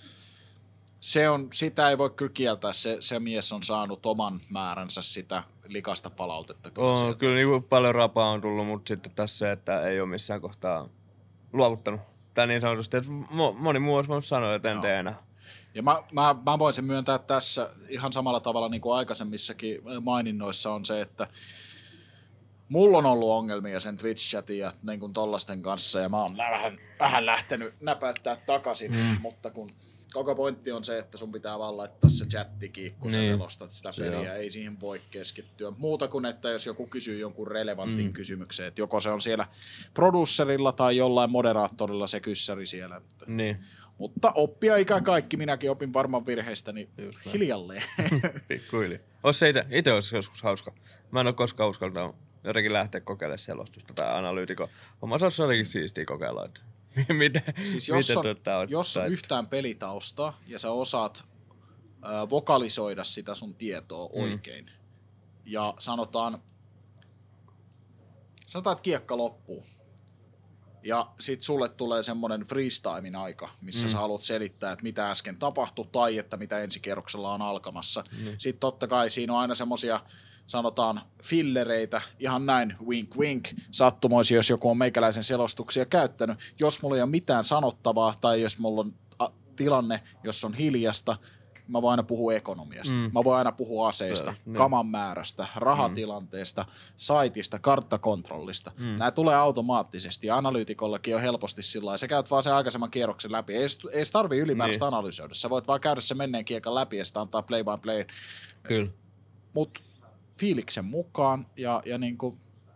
se on, sitä ei voi kyllä kieltää. Se, se mies on saanut oman määränsä sitä likasta palautetta. Kyllä, on, kyllä niin kuin paljon rapaa on tullut, mutta sitten tässä se, että ei ole missään kohtaa luovuttanut. Tai niin sanotusti, että moni muu olisi voinut sanoa, että en no. tee enää. Ja mä, mä, mä voisin myöntää tässä ihan samalla tavalla niin kuin aikaisemmissakin maininnoissa on se, että mulla on ollut ongelmia sen Twitch-chatin ja niin kuin tollasten kanssa, ja mä oon vähän, vähän lähtenyt näpäyttää takaisin, mm. mutta kun koko pointti on se, että sun pitää vaan laittaa se chattikin, kun niin. sä selostat sitä peliä, ei siihen voi keskittyä. Muuta kuin, että jos joku kysyy jonkun relevantin mm. kysymyksen, että joko se on siellä producerilla tai jollain moderaattorilla se kyssäri siellä. Niin. Mutta oppia ikä kaikki, minäkin opin varmaan virheistäni hiljalleen. Pikkuhiljaa. Ois se ite, ite olisi joskus hauska. Mä en ole koskaan uskaltanut jotenkin lähteä kokeilemaan selostusta tai analyytikon. Homma se olisi jotenkin siistiä kokeilla, että miten, siis jos miten on, tuota on, jos on yhtään pelitausta ja sä osaat äh, vokalisoida sitä sun tietoa mm. oikein ja sanotaan, sanotaan, että kiekka loppuu ja sit sulle tulee semmonen freestymin aika, missä mm. sä haluat selittää, että mitä äsken tapahtui tai että mitä ensikierroksella on alkamassa. Mm. Sitten totta kai siinä on aina semmosia, sanotaan fillereitä, ihan näin wink wink, sattumoisi, jos joku on meikäläisen selostuksia käyttänyt. Jos mulla ei ole mitään sanottavaa tai jos mulla on a, tilanne, jos on hiljasta, mä voin aina puhua ekonomiasta. Mm. Mä voin aina puhua aseista, se, kaman määrästä, rahatilanteesta, mm. saitista, karttakontrollista. Mm. Nämä tulee automaattisesti ja analyytikollakin on helposti sillä lailla. Sä käyt vaan sen aikaisemman kierroksen läpi. Ei, ei tarvii ylimääräistä niin. analysoida. Sä voit vaan käydä sen menneen kiekan läpi ja sitä antaa play by play. Kyllä. Mut fiiliksen mukaan ja, ja niinku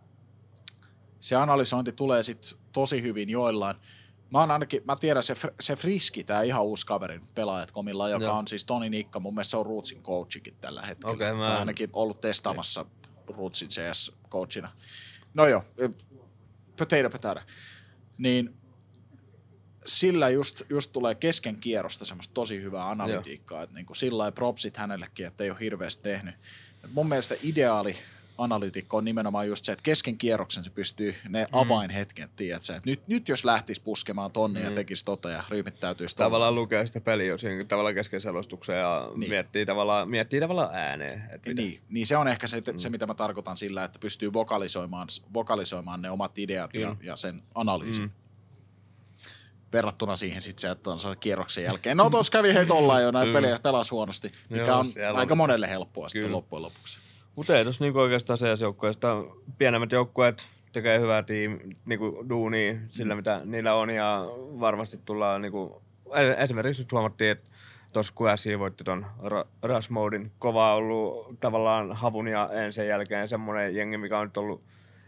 se analysointi tulee sit tosi hyvin joillain. Mä oon ainakin, mä tiedän se, se Friski, tää ihan uusi kaveri pelaajat komilla, joka Joo. on siis Toni Nikka, mun mielestä se on Rootsin coachikin tällä hetkellä. Okay, mä tai ainakin ollut testaamassa Rootsin C S-coachina. No joo, pöteidä pötäydä. Niin sillä just, just tulee kesken kierrosta semmoista tosi hyvää analytiikkaa, että niinku sillä lailla propsit hänellekin, että ei ole hirveästi tehnyt. Et mun mielestä ideaali analyytikko on nimenomaan just se, että kesken kierroksen se pystyy ne mm. avainhetken, tiedätkö, että nyt, nyt jos lähtisi puskemaan tonne mm. ja tekisi tota ja ryhmittäytyisi tonne. Tavallaan lukee sitä peliä siinä tavallaan kesken selostuksen ja niin. miettii, tavallaan, miettii tavallaan ääneen. Niin, niin, se on ehkä se, mm. se, mitä mä tarkoitan sillä, että pystyy vokalisoimaan, vokalisoimaan ne omat ideat mm. ja, ja sen analyysin. Mm. Verrattuna siihen sitten se, että on se kierroksen jälkeen. No tuossa kävi heitä ollaan jo, näin pelejä pelasi huonosti, mikä Joo, on aika on monelle helppoa sitten loppujen lopuksi. Mutta ei tuossa niinku oikeastaan C S-joukkueesta pienemmät joukkueet tekee hyvää tiim, niinku duunia sillä, mm. mitä niillä on, ja varmasti tullaan niinku, esimerkiksi nyt huomattiin, että tuossa Q S I voitti ton Rush Modin, kova ollut tavallaan havun ja ensin jälkeen semmoinen jengi, mikä on nyt ollut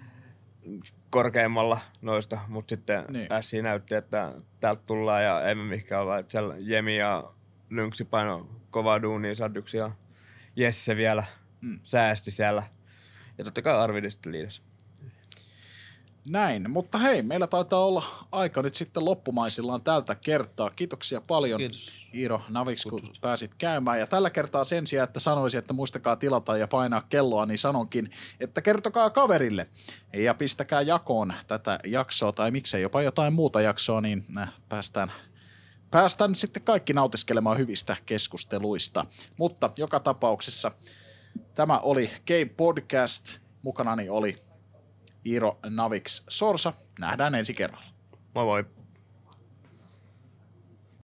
korkeimmalla noista, mutta sitten niin. S I näytti, että täältä tullaan ja emme mihinkään olla, että siellä Jemi ja Lynxi paino kovaa duunia, Saddyksi ja Jesse vielä mm. säästi siellä. Ja totta kai Arvidi sitten liidessä. Näin, mutta hei, meillä taitaa olla aika nyt sitten loppumaisillaan tältä kertaa. Kiitoksia paljon Kiitos. Iiro Naviks, kun Kiitos. pääsit käymään. Ja tällä kertaa sen sijaan, että sanoisin, että muistakaa tilata ja painaa kelloa, niin sanonkin, että kertokaa kaverille ja pistäkää jakoon tätä jaksoa tai miksei jopa jotain muuta jaksoa, niin päästään Päästään nyt sitten kaikki nautiskelemaan hyvistä keskusteluista. Mutta joka tapauksessa tämä oli Game Podcast. Mukanani oli Iiro Naviks Sorsa. Nähdään ensi kerralla. Moi moi.